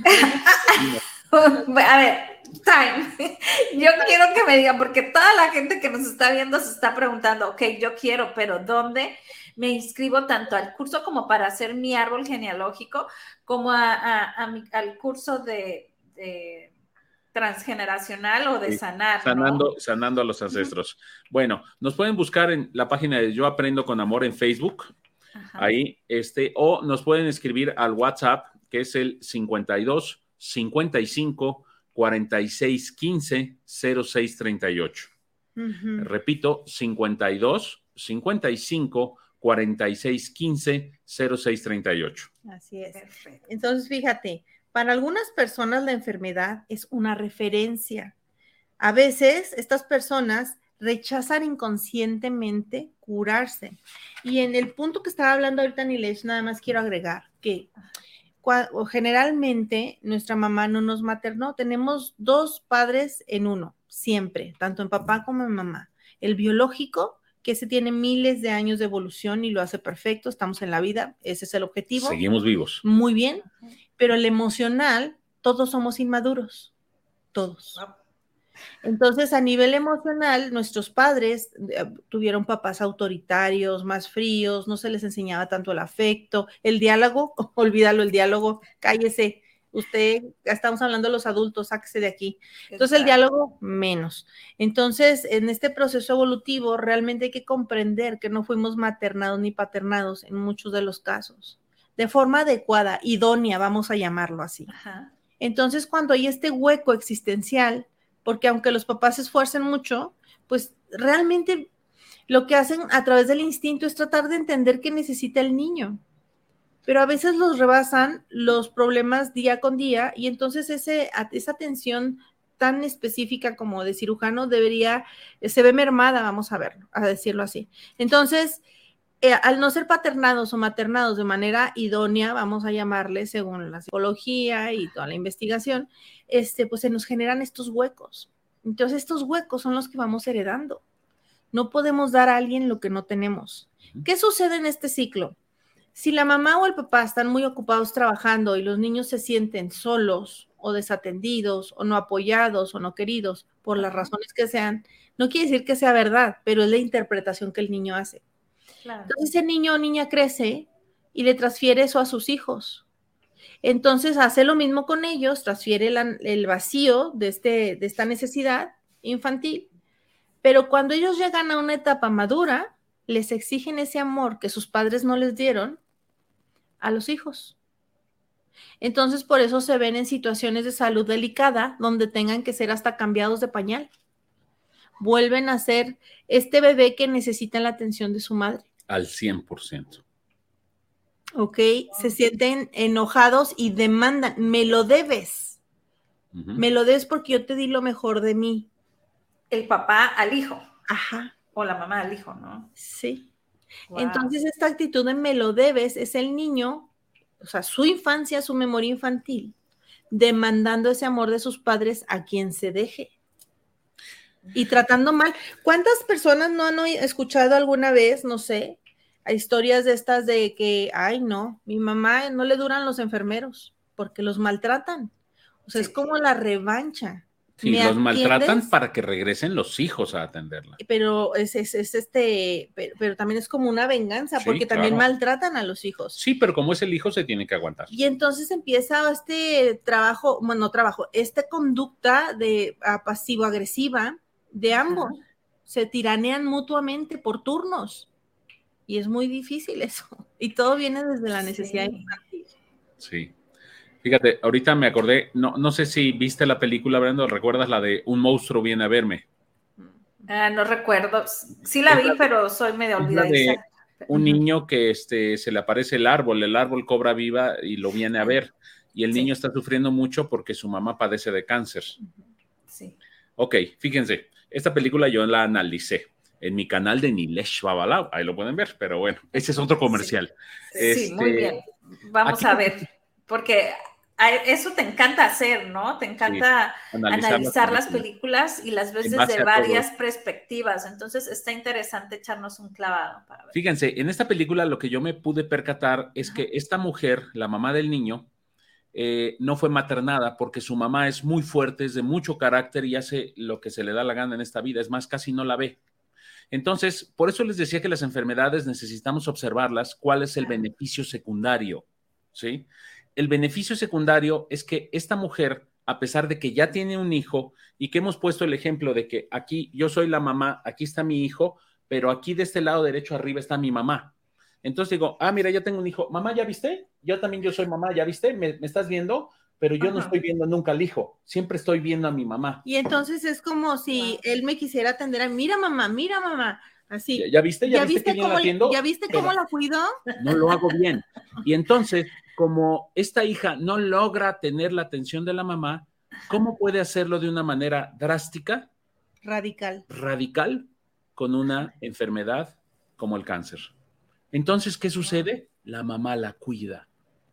A ver, time. Yo quiero que me digan, porque toda la gente que nos está viendo se está preguntando, ok, yo quiero, pero ¿dónde me inscribo tanto al curso como para hacer mi árbol genealógico, como a, a, a mi, al curso de, de transgeneracional o de Sí, sanar, sanando, ¿no? sanando a los ancestros. Bueno, nos pueden buscar en la página de Yo Aprendo con Amor en Facebook. Ajá. Ahí, este, o nos pueden escribir al WhatsApp, que es el cincuenta y dos, cincuenta y cinco, cuarenta y seis, quince, cero seis treinta y ocho. Ujú. Repito, cincuenta y dos, cincuenta y cinco, cuarenta y seis, quince, cero seis treinta y ocho. Así es. Perfecto. Entonces, fíjate, para algunas personas la enfermedad es una referencia. A veces estas personas rechazan inconscientemente curarse. Y en el punto que estaba hablando ahorita Nilesh, nada más quiero agregar que cua- o generalmente nuestra mamá no nos maternó. Tenemos dos padres en uno, siempre, tanto en papá como en mamá. El biológico, que ese tiene miles de años de evolución y lo hace perfecto, estamos en la vida, ese es el objetivo. Seguimos vivos. Muy bien, pero el emocional, todos somos inmaduros, todos. Entonces, a nivel emocional, nuestros padres eh, tuvieron papás autoritarios, más fríos, no se les enseñaba tanto el afecto, el diálogo, olvídalo, el diálogo, cállese, usted, estamos hablando de los adultos, sáquese de aquí. Entonces, el diálogo, menos. Entonces, en este proceso evolutivo, realmente hay que comprender que no fuimos maternados ni paternados en muchos de los casos, de forma adecuada, idónea, vamos a llamarlo así. Ajá. Entonces, cuando hay este hueco existencial, porque aunque los papás se esfuercen mucho, pues realmente lo que hacen a través del instinto es tratar de entender qué necesita el niño. Pero a veces los rebasan los problemas día con día y entonces ese, esa atención tan específica como de cirujano debería, se ve mermada, vamos a verlo, a decirlo así. Entonces, eh, al no ser paternados o maternados de manera idónea, vamos a llamarle según la psicología y toda la investigación, este, pues se nos generan estos huecos. Entonces estos huecos son los que vamos heredando. No podemos dar a alguien lo que no tenemos. ¿Qué sucede en este ciclo? Si la mamá o el papá están muy ocupados trabajando y los niños se sienten solos o desatendidos o no apoyados o no queridos por las razones que sean, no quiere decir que sea verdad, pero es la interpretación que el niño hace. Claro. Entonces ese niño o niña crece y le transfiere eso a sus hijos. Entonces hace lo mismo con ellos, transfiere la, el vacío de, este, de esta necesidad infantil, pero cuando ellos llegan a una etapa madura, les exigen ese amor que sus padres no les dieron a los hijos. Entonces por eso se ven en situaciones de salud delicada donde tengan que ser hasta cambiados de pañal. Vuelven a ser este bebé que necesita la atención de su madre. Al cien por ciento. Ok, se sienten enojados y demandan, me lo debes, Uh-huh. me lo debes porque yo te di lo mejor de mí. El papá al hijo. Ajá. O la mamá al hijo, ¿no? Sí. Wow. Entonces esta actitud de me lo debes es el niño, o sea, su infancia, su memoria infantil, demandando ese amor de sus padres a quien se deje. Y tratando mal. ¿Cuántas personas no han escuchado alguna vez, no sé, a historias de estas de que, ay, no, mi mamá no le duran los enfermeros porque los maltratan? O sea, sí, es como la revancha. Sí, los atiendes? Maltratan para que regresen los hijos a atenderla. Pero es, es, es este, pero, pero también es como una venganza, sí, porque también claro. maltratan a los hijos. Sí, pero como es el hijo, se tiene que aguantar. Y entonces empieza este trabajo, bueno, no trabajo, esta conducta de pasivo-agresiva de ambos. Ajá. Se tiranean mutuamente por turnos. Y es muy difícil eso. Y todo viene desde la necesidad sí. infantil. Sí. Fíjate, ahorita me acordé, no, no sé si viste la película, Brenda, ¿recuerdas la de Un monstruo viene a verme? Ah, no recuerdo. Sí la vi, pero soy medio olvidadiza. Un niño que este, se le aparece el árbol, el árbol cobra vida y lo viene a ver. Y el niño sí. está sufriendo mucho porque su mamá padece de cáncer. Sí. Ok, fíjense, esta película yo la analicé en mi canal de Nilesh Babalao, ahí lo pueden ver, pero bueno, ese es otro comercial. Sí, este, sí muy bien. Vamos aquí, a ver, porque eso te encanta hacer, ¿no? Te encanta sí, analizar, analizar las, películas. las películas y las ves desde varias perspectivas, entonces está interesante echarnos un clavado para ver. Fíjense, en esta película lo que yo me pude percatar es Ajá. que esta mujer, la mamá del niño, Eh, no fue maternada porque su mamá es muy fuerte, es de mucho carácter y hace lo que se le da la gana en esta vida, es más, casi no la ve. Entonces, por eso les decía que las enfermedades necesitamos observarlas, cuál es el beneficio secundario, ¿sí? El beneficio secundario es que esta mujer, a pesar de que ya tiene un hijo y que hemos puesto el ejemplo de que aquí yo soy la mamá, aquí está mi hijo, pero aquí de este lado derecho arriba está mi mamá. Entonces digo, ah, mira, ya tengo un hijo. Mamá, ¿ya viste? Yo también, yo soy mamá, ¿ya viste? ¿Me, me estás viendo? Pero yo Ajá. no estoy viendo nunca al hijo. Siempre estoy viendo a mi mamá. Y entonces es como si wow. él me quisiera atender a, mira, mamá, mira, mamá. Así. ¿Ya, ya viste? ¿Ya, ¿Ya viste, viste que bien cómo, la atiendo? ¿Ya viste cómo Pero la cuido? No lo hago bien. Y entonces, como esta hija no logra tener la atención de la mamá, ¿cómo puede hacerlo de una manera drástica? Radical. Radical, con una enfermedad como el cáncer. Entonces, ¿qué sucede? La mamá la cuida.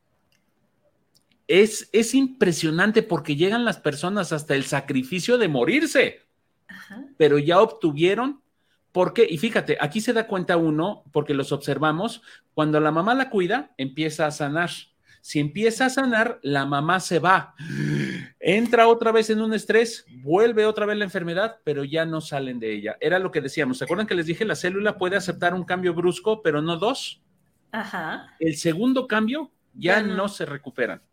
Es, es impresionante porque llegan las personas hasta el sacrificio de morirse, Ajá. pero ya obtuvieron, ¿por qué? Y fíjate, aquí se da cuenta uno, porque los observamos, cuando la mamá la cuida, empieza a sanar. Si empieza a sanar, la mamá se va, entra otra vez en un estrés, vuelve otra vez la enfermedad, pero ya no salen de ella. Era lo que decíamos, ¿se acuerdan que les dije? La célula puede aceptar un cambio brusco, pero no dos. Ajá. El segundo cambio ya, ya no. no se recuperan.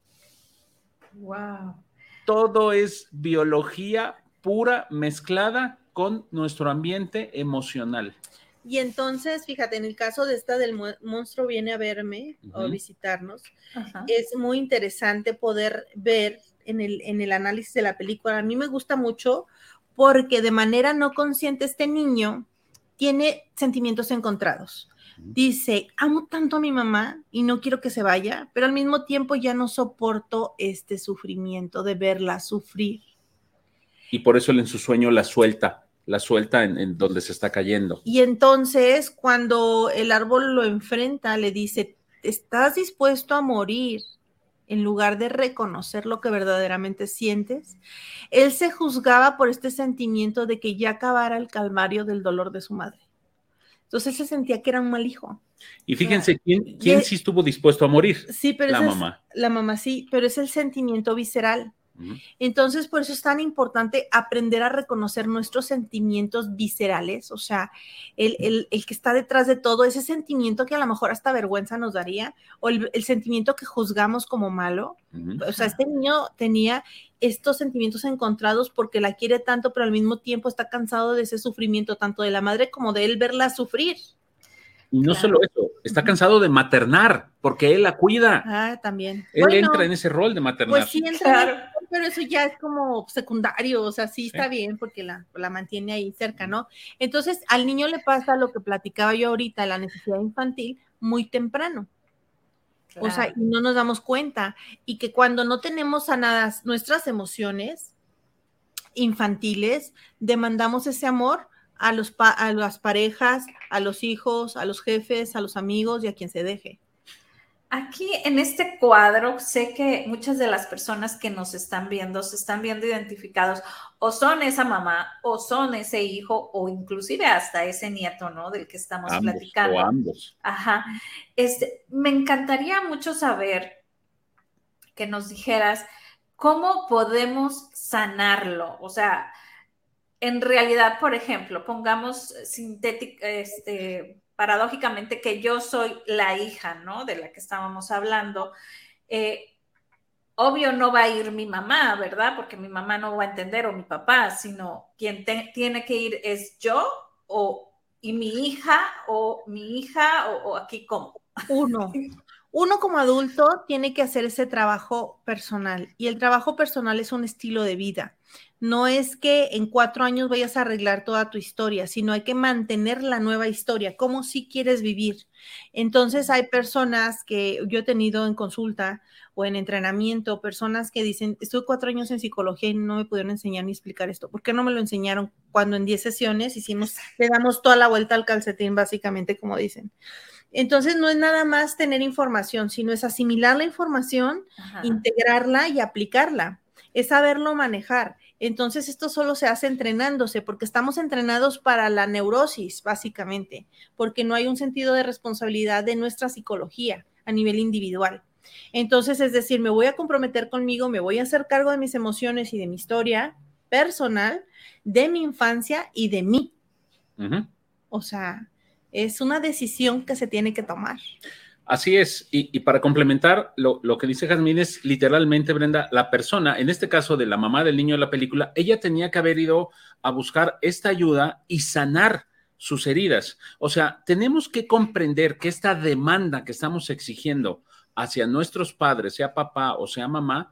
Wow. Todo es biología pura mezclada con nuestro ambiente emocional. Y entonces, fíjate, en el caso de esta del monstruo viene a verme uh-huh. o visitarnos, uh-huh. es muy interesante poder ver en el, en el análisis de la película. A mí me gusta mucho porque de manera no consciente este niño tiene sentimientos encontrados. Uh-huh. Dice, amo tanto a mi mamá y no quiero que se vaya, pero al mismo tiempo ya no soporto este sufrimiento de verla sufrir. Y por eso él en su sueño la suelta. la suelta en, en donde se está cayendo. Y entonces, cuando el árbol lo enfrenta, le dice, ¿estás dispuesto a morir en lugar de reconocer lo que verdaderamente sientes? Él se juzgaba por este sentimiento de que ya acabara el calvario del dolor de su madre. Entonces se sentía que era un mal hijo. Y fíjense, ¿quién, quién sí estuvo dispuesto a morir? Sí, pero la mamá. Es, la mamá sí, pero es el sentimiento visceral. Entonces, por eso es tan importante aprender a reconocer nuestros sentimientos viscerales, o sea, el, el, el que está detrás de todo, ese sentimiento que a lo mejor hasta vergüenza nos daría, o el, el sentimiento que juzgamos como malo. Uh-huh. O sea, este niño tenía estos sentimientos encontrados porque la quiere tanto, pero al mismo tiempo está cansado de ese sufrimiento, tanto de la madre como de él verla sufrir. Y no claro. solo eso, está cansado de maternar, porque él la cuida. Ah, también. Él bueno, entra en ese rol de maternar. Pues sí, entra, claro. Pero eso ya es como secundario, o sea, sí está sí. bien porque la, la mantiene ahí cerca, ¿no? Entonces, al niño le pasa lo que platicaba yo ahorita, la necesidad infantil, muy temprano. Claro. O sea, y no nos damos cuenta. Y que cuando no tenemos sanadas nuestras emociones infantiles, demandamos ese amor a, los pa- a las parejas, a los hijos, a los jefes, a los amigos y a quien se deje. Aquí en este cuadro, sé que muchas de las personas que nos están viendo se están viendo identificados o son esa mamá o son ese hijo o inclusive hasta ese nieto, ¿no? Del que estamos ambos, platicando. O ambos. Ajá. Este, me encantaría mucho saber que nos dijeras cómo podemos sanarlo. O sea, en realidad, por ejemplo, pongamos sintética, este, paradójicamente que yo soy la hija, ¿no? De la que estábamos hablando. Eh, obvio no va a ir mi mamá, ¿verdad? Porque mi mamá no va a entender o mi papá, sino quien te, tiene que ir es yo o y mi hija o mi hija o, o aquí cómo. Uno. Uno como adulto tiene que hacer ese trabajo personal y el trabajo personal es un estilo de vida. No es que en cuatro años vayas a arreglar toda tu historia, sino hay que mantener la nueva historia, como si quieres vivir. Entonces hay personas que yo he tenido en consulta o en entrenamiento, personas que dicen, estuve cuatro años en psicología y no me pudieron enseñar ni explicar esto. ¿Por qué no me lo enseñaron cuando en diez sesiones hicimos, le damos toda la vuelta al calcetín, básicamente, como dicen? Entonces no es nada más tener información, sino es asimilar la información, Ajá. integrarla y aplicarla, es saberlo manejar. Entonces esto solo se hace entrenándose, porque estamos entrenados para la neurosis, básicamente, porque no hay un sentido de responsabilidad de nuestra psicología a nivel individual. Entonces, es decir, me voy a comprometer conmigo, me voy a hacer cargo de mis emociones y de mi historia personal, de mi infancia y de mí. Uh-huh. O sea, es una decisión que se tiene que tomar. Así es, y, y para complementar lo, lo que dice Jazmín es literalmente, Brenda, la persona, en este caso de la mamá del niño de la película, ella tenía que haber ido a buscar esta ayuda y sanar sus heridas. O sea, tenemos que comprender que esta demanda que estamos exigiendo hacia nuestros padres, sea papá o sea mamá,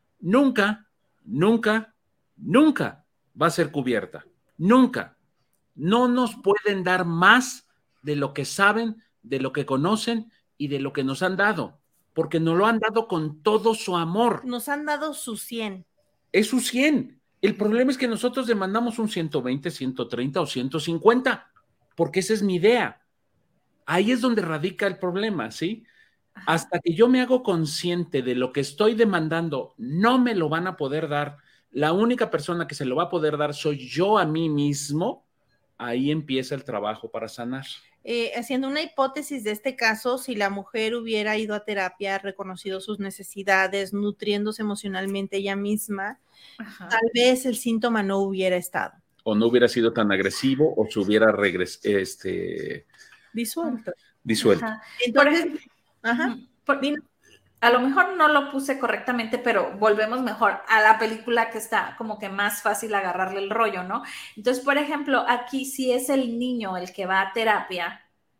nunca, nunca, nunca va a ser cubierta. Nunca. No nos pueden dar más de lo que saben, de lo que conocen y de lo que nos han dado, porque nos lo han dado con todo su amor. Nos han dado su cien. Es su cien. El problema es que nosotros demandamos un ciento veinte, ciento treinta o ciento cincuenta, porque esa es mi idea. Ahí es donde radica el problema, ¿sí? Ajá. Hasta que yo me hago consciente de lo que estoy demandando, no me lo van a poder dar. La única persona que se lo va a poder dar soy yo a mí mismo. Ahí empieza el trabajo para sanar. Eh, haciendo una hipótesis de este caso, si la mujer hubiera ido a terapia, reconocido sus necesidades, nutriéndose emocionalmente ella misma, Ajá. tal vez el síntoma no hubiera estado. O no hubiera sido tan agresivo o se hubiera regres este... disuelto. Disuelto. Ajá. Entonces, Ajá. Por, a lo mejor no lo puse correctamente, pero volvemos mejor a la película que está como que más fácil agarrarle el rollo, ¿no? Entonces, por ejemplo, aquí si es el niño el que va a terapia,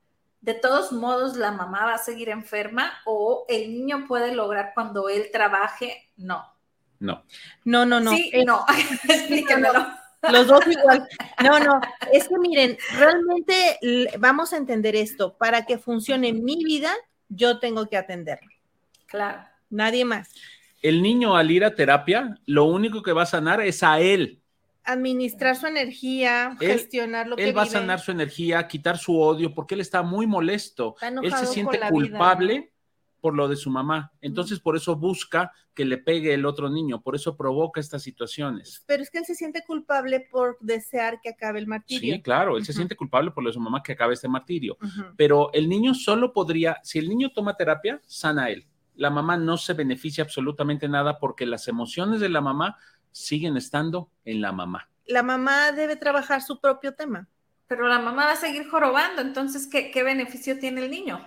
de todos modos la mamá va a seguir enferma o el niño puede lograr cuando él trabaje, no. No. No, no, no. Sí, eh, no. Explíquenmelo. Los dos igual. No, no, es que miren, realmente vamos a entender esto. Para que funcione mi vida, yo tengo que atenderlo. Claro. Nadie más. El niño al ir a terapia, lo único que va a sanar es a él. Administrar su energía, él, gestionar lo que Él va vive. a sanar su energía, quitar su odio, porque él está muy molesto. Está él se siente culpable vida, ¿no? por lo de su mamá. Entonces, por eso busca que le pegue el otro niño. Por eso provoca estas situaciones. Pero es que él se siente culpable por desear que acabe el martirio. Sí, claro. Él uh-huh. se siente culpable por lo de su mamá que acabe este martirio. Uh-huh. Pero el niño solo podría, si el niño toma terapia, sana él. La mamá no se beneficia absolutamente nada porque las emociones de la mamá siguen estando en la mamá. La mamá debe trabajar su propio tema. Pero la mamá va a seguir jorobando, entonces, ¿qué, qué beneficio tiene el niño?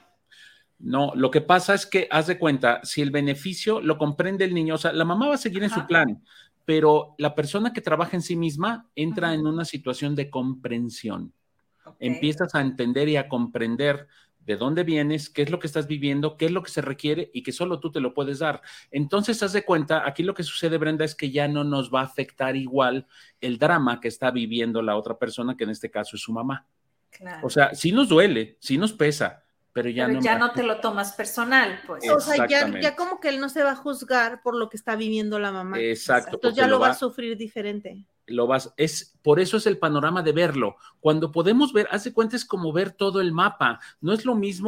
No, lo que pasa es que, haz de cuenta, si el beneficio lo comprende el niño, o sea, la mamá va a seguir Ajá. en su plan, pero la persona que trabaja en sí misma entra Ajá. en una situación de comprensión. Okay. Empiezas a entender y a comprender de dónde vienes, qué es lo que estás viviendo, qué es lo que se requiere y que solo tú te lo puedes dar. Entonces, haz de cuenta, aquí lo que sucede, Brenda, es que ya no nos va a afectar igual el drama que está viviendo la otra persona, que en este caso es su mamá. Claro. O sea, sí nos duele, sí nos pesa, pero ya, pero no, ya no te lo tomas personal, pues. O sea, ya, ya como que él no se va a juzgar por lo que está viviendo la mamá. Exacto. Entonces ya lo va a sufrir diferente. Lo vas, es, por eso es el panorama de verlo. Cuando podemos ver, haz de cuenta, es como ver todo el mapa. No es lo mismo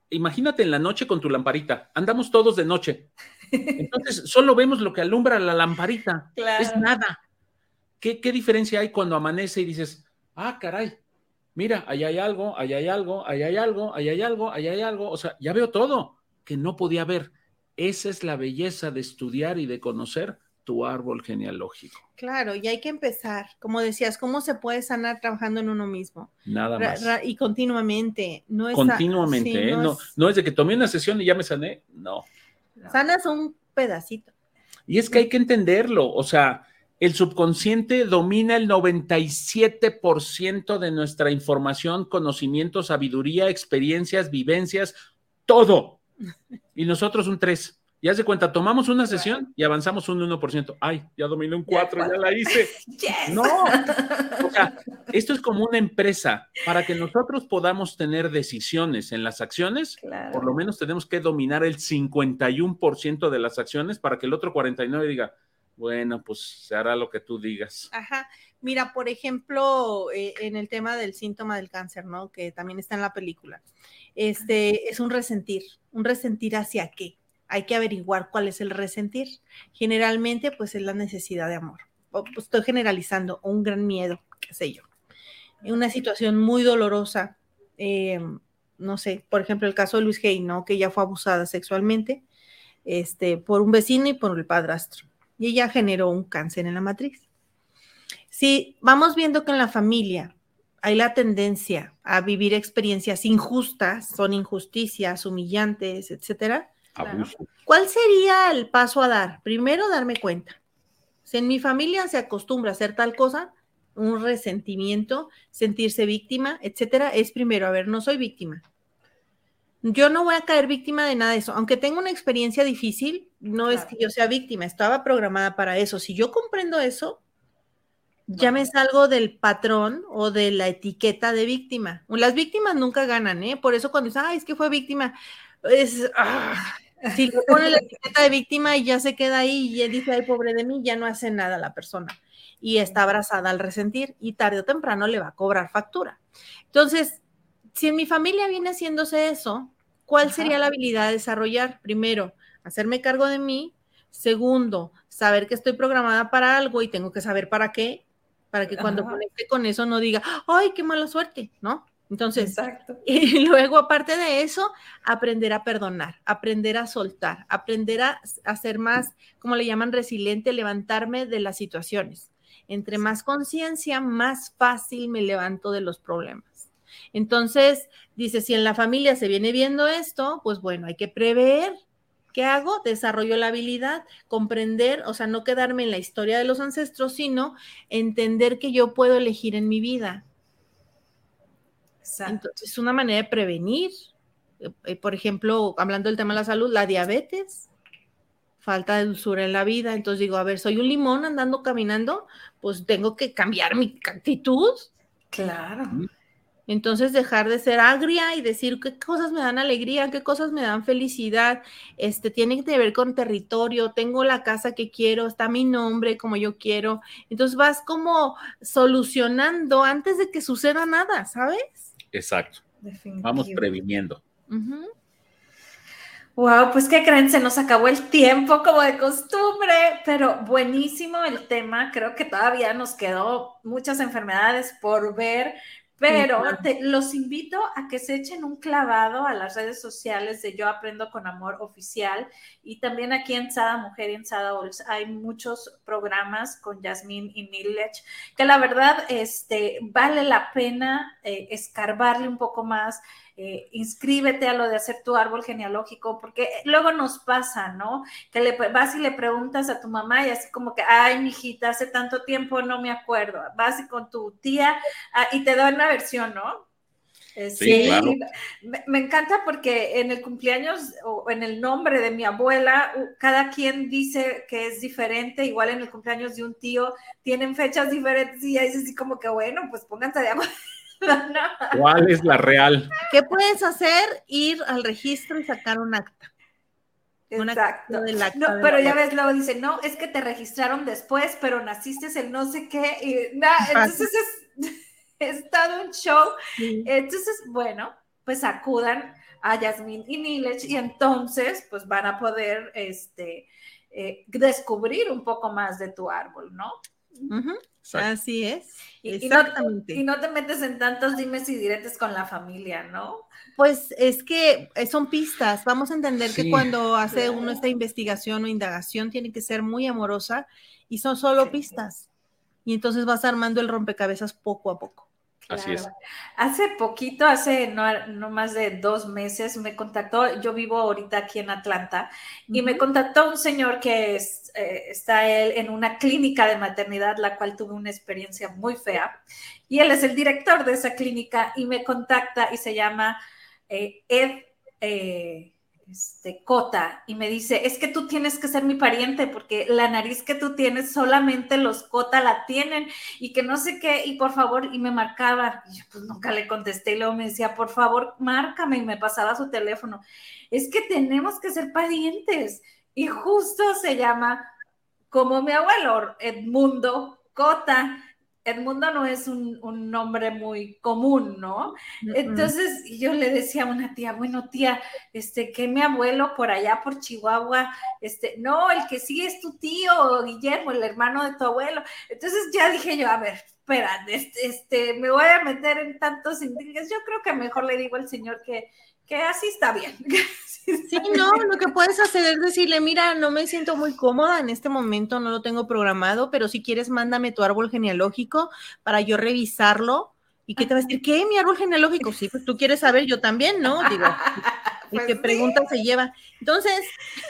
imagínate en la noche con tu lamparita, andamos todos de noche, entonces solo vemos lo que alumbra la lamparita, claro. Es nada. ¿Qué, ¿Qué diferencia hay cuando amanece y dices, ah, caray, mira, allá hay algo, allá hay algo, allá hay algo, allá hay algo, allá hay algo, o sea, ya veo todo que no podía ver. Esa es la belleza de estudiar y de conocer tu árbol genealógico. Claro, y hay que empezar, como decías, ¿cómo se puede sanar trabajando en uno mismo? Nada más. Ra, ra, y continuamente. No es continuamente, sí, ¿eh? No, no, es, no es de que tomé una sesión y ya me sané, no. Sanas un pedacito. Y es que hay que entenderlo, o sea, el subconsciente domina el noventa y siete por ciento de nuestra información, conocimiento, sabiduría, experiencias, vivencias, todo. Y nosotros un tres. Ya se cuenta, tomamos una sesión y avanzamos un uno por ciento. Ay, ya dominé un cuatro, ya, ya la hice. Yes. No. O sea, esto es como una empresa. Para que nosotros podamos tener decisiones en las acciones, claro. Por lo menos tenemos que dominar el cincuenta y uno por ciento de las acciones para que el otro cuarenta y nueve por ciento diga, bueno, pues se hará lo que tú digas. Ajá. Mira, por ejemplo, eh, en el tema del síntoma del cáncer, ¿no? Que también está en la película. Este, es un resentir. ¿Un resentir hacia qué? Hay que averiguar cuál es el resentir. Generalmente, pues, es la necesidad de amor. O, pues, estoy generalizando, o un gran miedo, qué sé yo. En una situación muy dolorosa, eh, no sé, por ejemplo, el caso de Luis Hay, ¿no? Que ella fue abusada sexualmente este, por un vecino y por el padrastro. Y ella generó un cáncer en la matriz. Si vamos viendo que en la familia hay la tendencia a vivir experiencias injustas, son injusticias, humillantes, etcétera, abuso. ¿Cuál sería el paso a dar? Primero, darme cuenta. Si en mi familia se acostumbra a hacer tal cosa, un resentimiento, sentirse víctima, etcétera, es primero, a ver, no soy víctima. Yo no voy a caer víctima de nada de eso. Aunque tenga una experiencia difícil, no claro. Es que yo sea víctima, estaba programada para eso. Si yo comprendo eso, ya me salgo del patrón o de la etiqueta de víctima. Las víctimas nunca ganan, ¿eh? Por eso cuando dicen, ay, es que fue víctima, es... Ah. Si le pone la etiqueta de víctima y ya se queda ahí y dice, ay, pobre de mí, ya no hace nada la persona y está abrazada al resentir y tarde o temprano le va a cobrar factura. Entonces, si en mi familia viene haciéndose eso, ¿cuál sería Ajá. la habilidad de desarrollar? Primero, hacerme cargo de mí. Segundo, saber que estoy programada para algo y tengo que saber para qué, para que cuando Ajá. conecte con eso no diga, ay, qué mala suerte, ¿no? Entonces, Exacto. Y luego, aparte de eso, aprender a perdonar, aprender a soltar, aprender a, a ser más, como le llaman, resiliente, levantarme de las situaciones. Entre más conciencia, más fácil me levanto de los problemas. Entonces, dice, si en la familia se viene viendo esto, pues bueno, hay que prever. ¿Qué hago? Desarrollo la habilidad, comprender, o sea, no quedarme en la historia de los ancestros, sino entender que yo puedo elegir en mi vida. Exacto. Entonces, es una manera de prevenir, eh, por ejemplo, hablando del tema de la salud, la diabetes, falta de dulzura en la vida. Entonces digo, a ver, soy un limón andando caminando, pues tengo que cambiar mi actitud. Claro. Entonces dejar de ser agria y decir qué cosas me dan alegría, qué cosas me dan felicidad, este, tiene que ver con territorio, tengo la casa que quiero, está mi nombre como yo quiero. Entonces vas como solucionando antes de que suceda nada, ¿sabes? Exacto. Vamos previniendo. Uh-huh. Wow, pues ¿qué creen? Se nos acabó el tiempo como de costumbre, pero buenísimo el tema. Creo que todavía nos quedó muchas enfermedades por ver, pero te, los invito a que se echen un clavado a las redes sociales de Yo Aprendo con Amor Oficial y también aquí en Sada Mujer y en Sada Ols hay muchos programas con Yasmín y Nilech que la verdad este, vale la pena eh, escarbarle un poco más. Eh, inscríbete a lo de hacer tu árbol genealógico, porque luego nos pasa, ¿no? Que le vas y le preguntas a tu mamá y así como que, ay, mijita, hace tanto tiempo no me acuerdo. Vas y con tu tía ah, y te da una versión, ¿no? Eh, sí, sí, claro. Me, me encanta porque en el cumpleaños o en el nombre de mi abuela, cada quien dice que es diferente, igual en el cumpleaños de un tío tienen fechas diferentes y ya dices así como que, bueno, pues pónganse de acuerdo. No. ¿Cuál es la real? ¿Qué puedes hacer? Ir al registro y sacar un acta. Exacto. Del acta no, pero ya ves, luego dicen, no, es que te registraron después, pero naciste el no sé qué. Y, nah, entonces es, es todo un show. Sí. Entonces, bueno, pues acudan a Yasmín y Nilech, y entonces pues van a poder este, eh, descubrir un poco más de tu árbol, ¿no? Uh-huh. Así es. Y, Exactamente. Y no, y no te metes en tantos dimes y diretes con la familia, ¿no? Pues es que son pistas. Vamos a entender sí, que cuando hace claro. uno esta investigación o indagación tiene que ser muy amorosa y son solo sí. pistas. Y entonces vas armando el rompecabezas poco a poco. Claro. Así es. Hace poquito, hace no, no más de dos meses, me contactó, yo vivo ahorita aquí en Atlanta, y uh-huh. me contactó un señor que es, eh, está él en una clínica de maternidad, la cual tuve una experiencia muy fea, y él es el director de esa clínica, y me contacta y se llama eh, Ed eh, este, Cota, y me dice, es que tú tienes que ser mi pariente, porque la nariz que tú tienes solamente los Cota la tienen, y que no sé qué, y por favor, y me marcaba, y yo pues nunca le contesté, y luego me decía, por favor, márcame, y me pasaba su teléfono, es que tenemos que ser parientes, y justo se llama, como mi abuelo, Edmundo Cota. Edmundo no es un, un nombre muy común, ¿no? Uh-huh. Entonces yo le decía a una tía, bueno, tía, este, que mi abuelo por allá por Chihuahua, este, no, el que sí es tu tío, Guillermo, el hermano de tu abuelo. Entonces ya dije yo, a ver, espera, este, este, me voy a meter en tantos intrigas. Yo creo que mejor le digo al señor que, que así está bien. Sí, no, lo que puedes hacer es decirle, mira, no me siento muy cómoda en este momento, no lo tengo programado, pero si quieres mándame tu árbol genealógico para yo revisarlo. ¿Y qué te va a decir? ¿Qué? ¿Mi árbol genealógico? Sí, pues tú quieres saber, yo también, ¿no? Digo, el que pregunta se lleva. Entonces,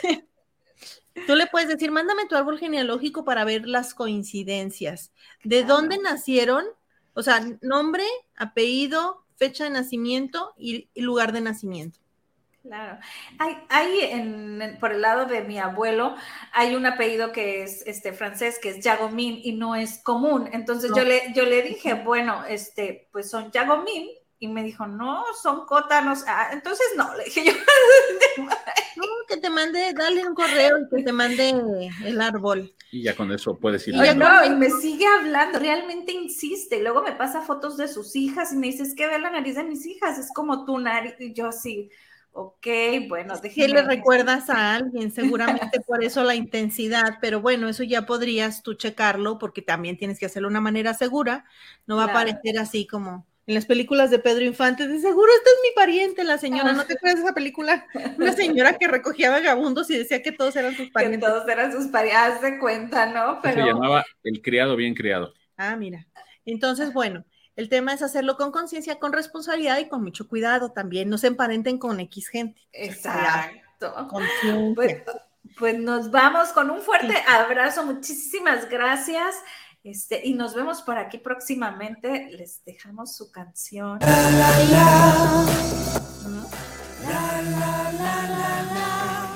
tú le puedes decir, mándame tu árbol genealógico para ver las coincidencias. ¿De claro. dónde nacieron? O sea, nombre, apellido, fecha de nacimiento y lugar de nacimiento. Claro. Hay, hay en, en, por el lado de mi abuelo, hay un apellido que es este francés, que es Jagomín, y no es común. Entonces no. yo le, yo le dije, bueno, este, pues son Jagomín, y me dijo, no, son cótanos. Ah, entonces no, le dije yo. No, que te mande, dale un correo y que te mande el árbol. Y ya con eso puedes ir. Y, no, y me sigue hablando, realmente insiste, y luego me pasa fotos de sus hijas, y me dice, es que ve la nariz de mis hijas, es como tu nariz, y yo así... Ok, bueno, déjeme. Que le recuerdas a alguien, seguramente por eso la intensidad, pero bueno, eso ya podrías tú checarlo porque también tienes que hacerlo de una manera segura, no va claro. a parecer así como en las películas de Pedro Infante, de seguro esta es mi pariente, la señora, ¿no te acuerdas de esa película? Una señora que recogía vagabundos y decía que todos eran sus parientes. Que todos eran sus parientes, haz de cuenta, ¿no? Pero... Se llamaba El criado bien criado. Ah, mira, entonces bueno. El tema es hacerlo con conciencia, con responsabilidad y con mucho cuidado también. No se emparenten con X gente. Exacto. Pues, pues nos vamos con un fuerte sí. abrazo. Muchísimas gracias. Este, y nos vemos por aquí próximamente. Les dejamos su canción. La, la, la. ¿No? La, la, la, la, la.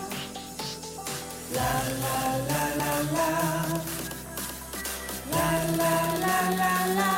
La, la, la, la, la. La, la, la, la, la.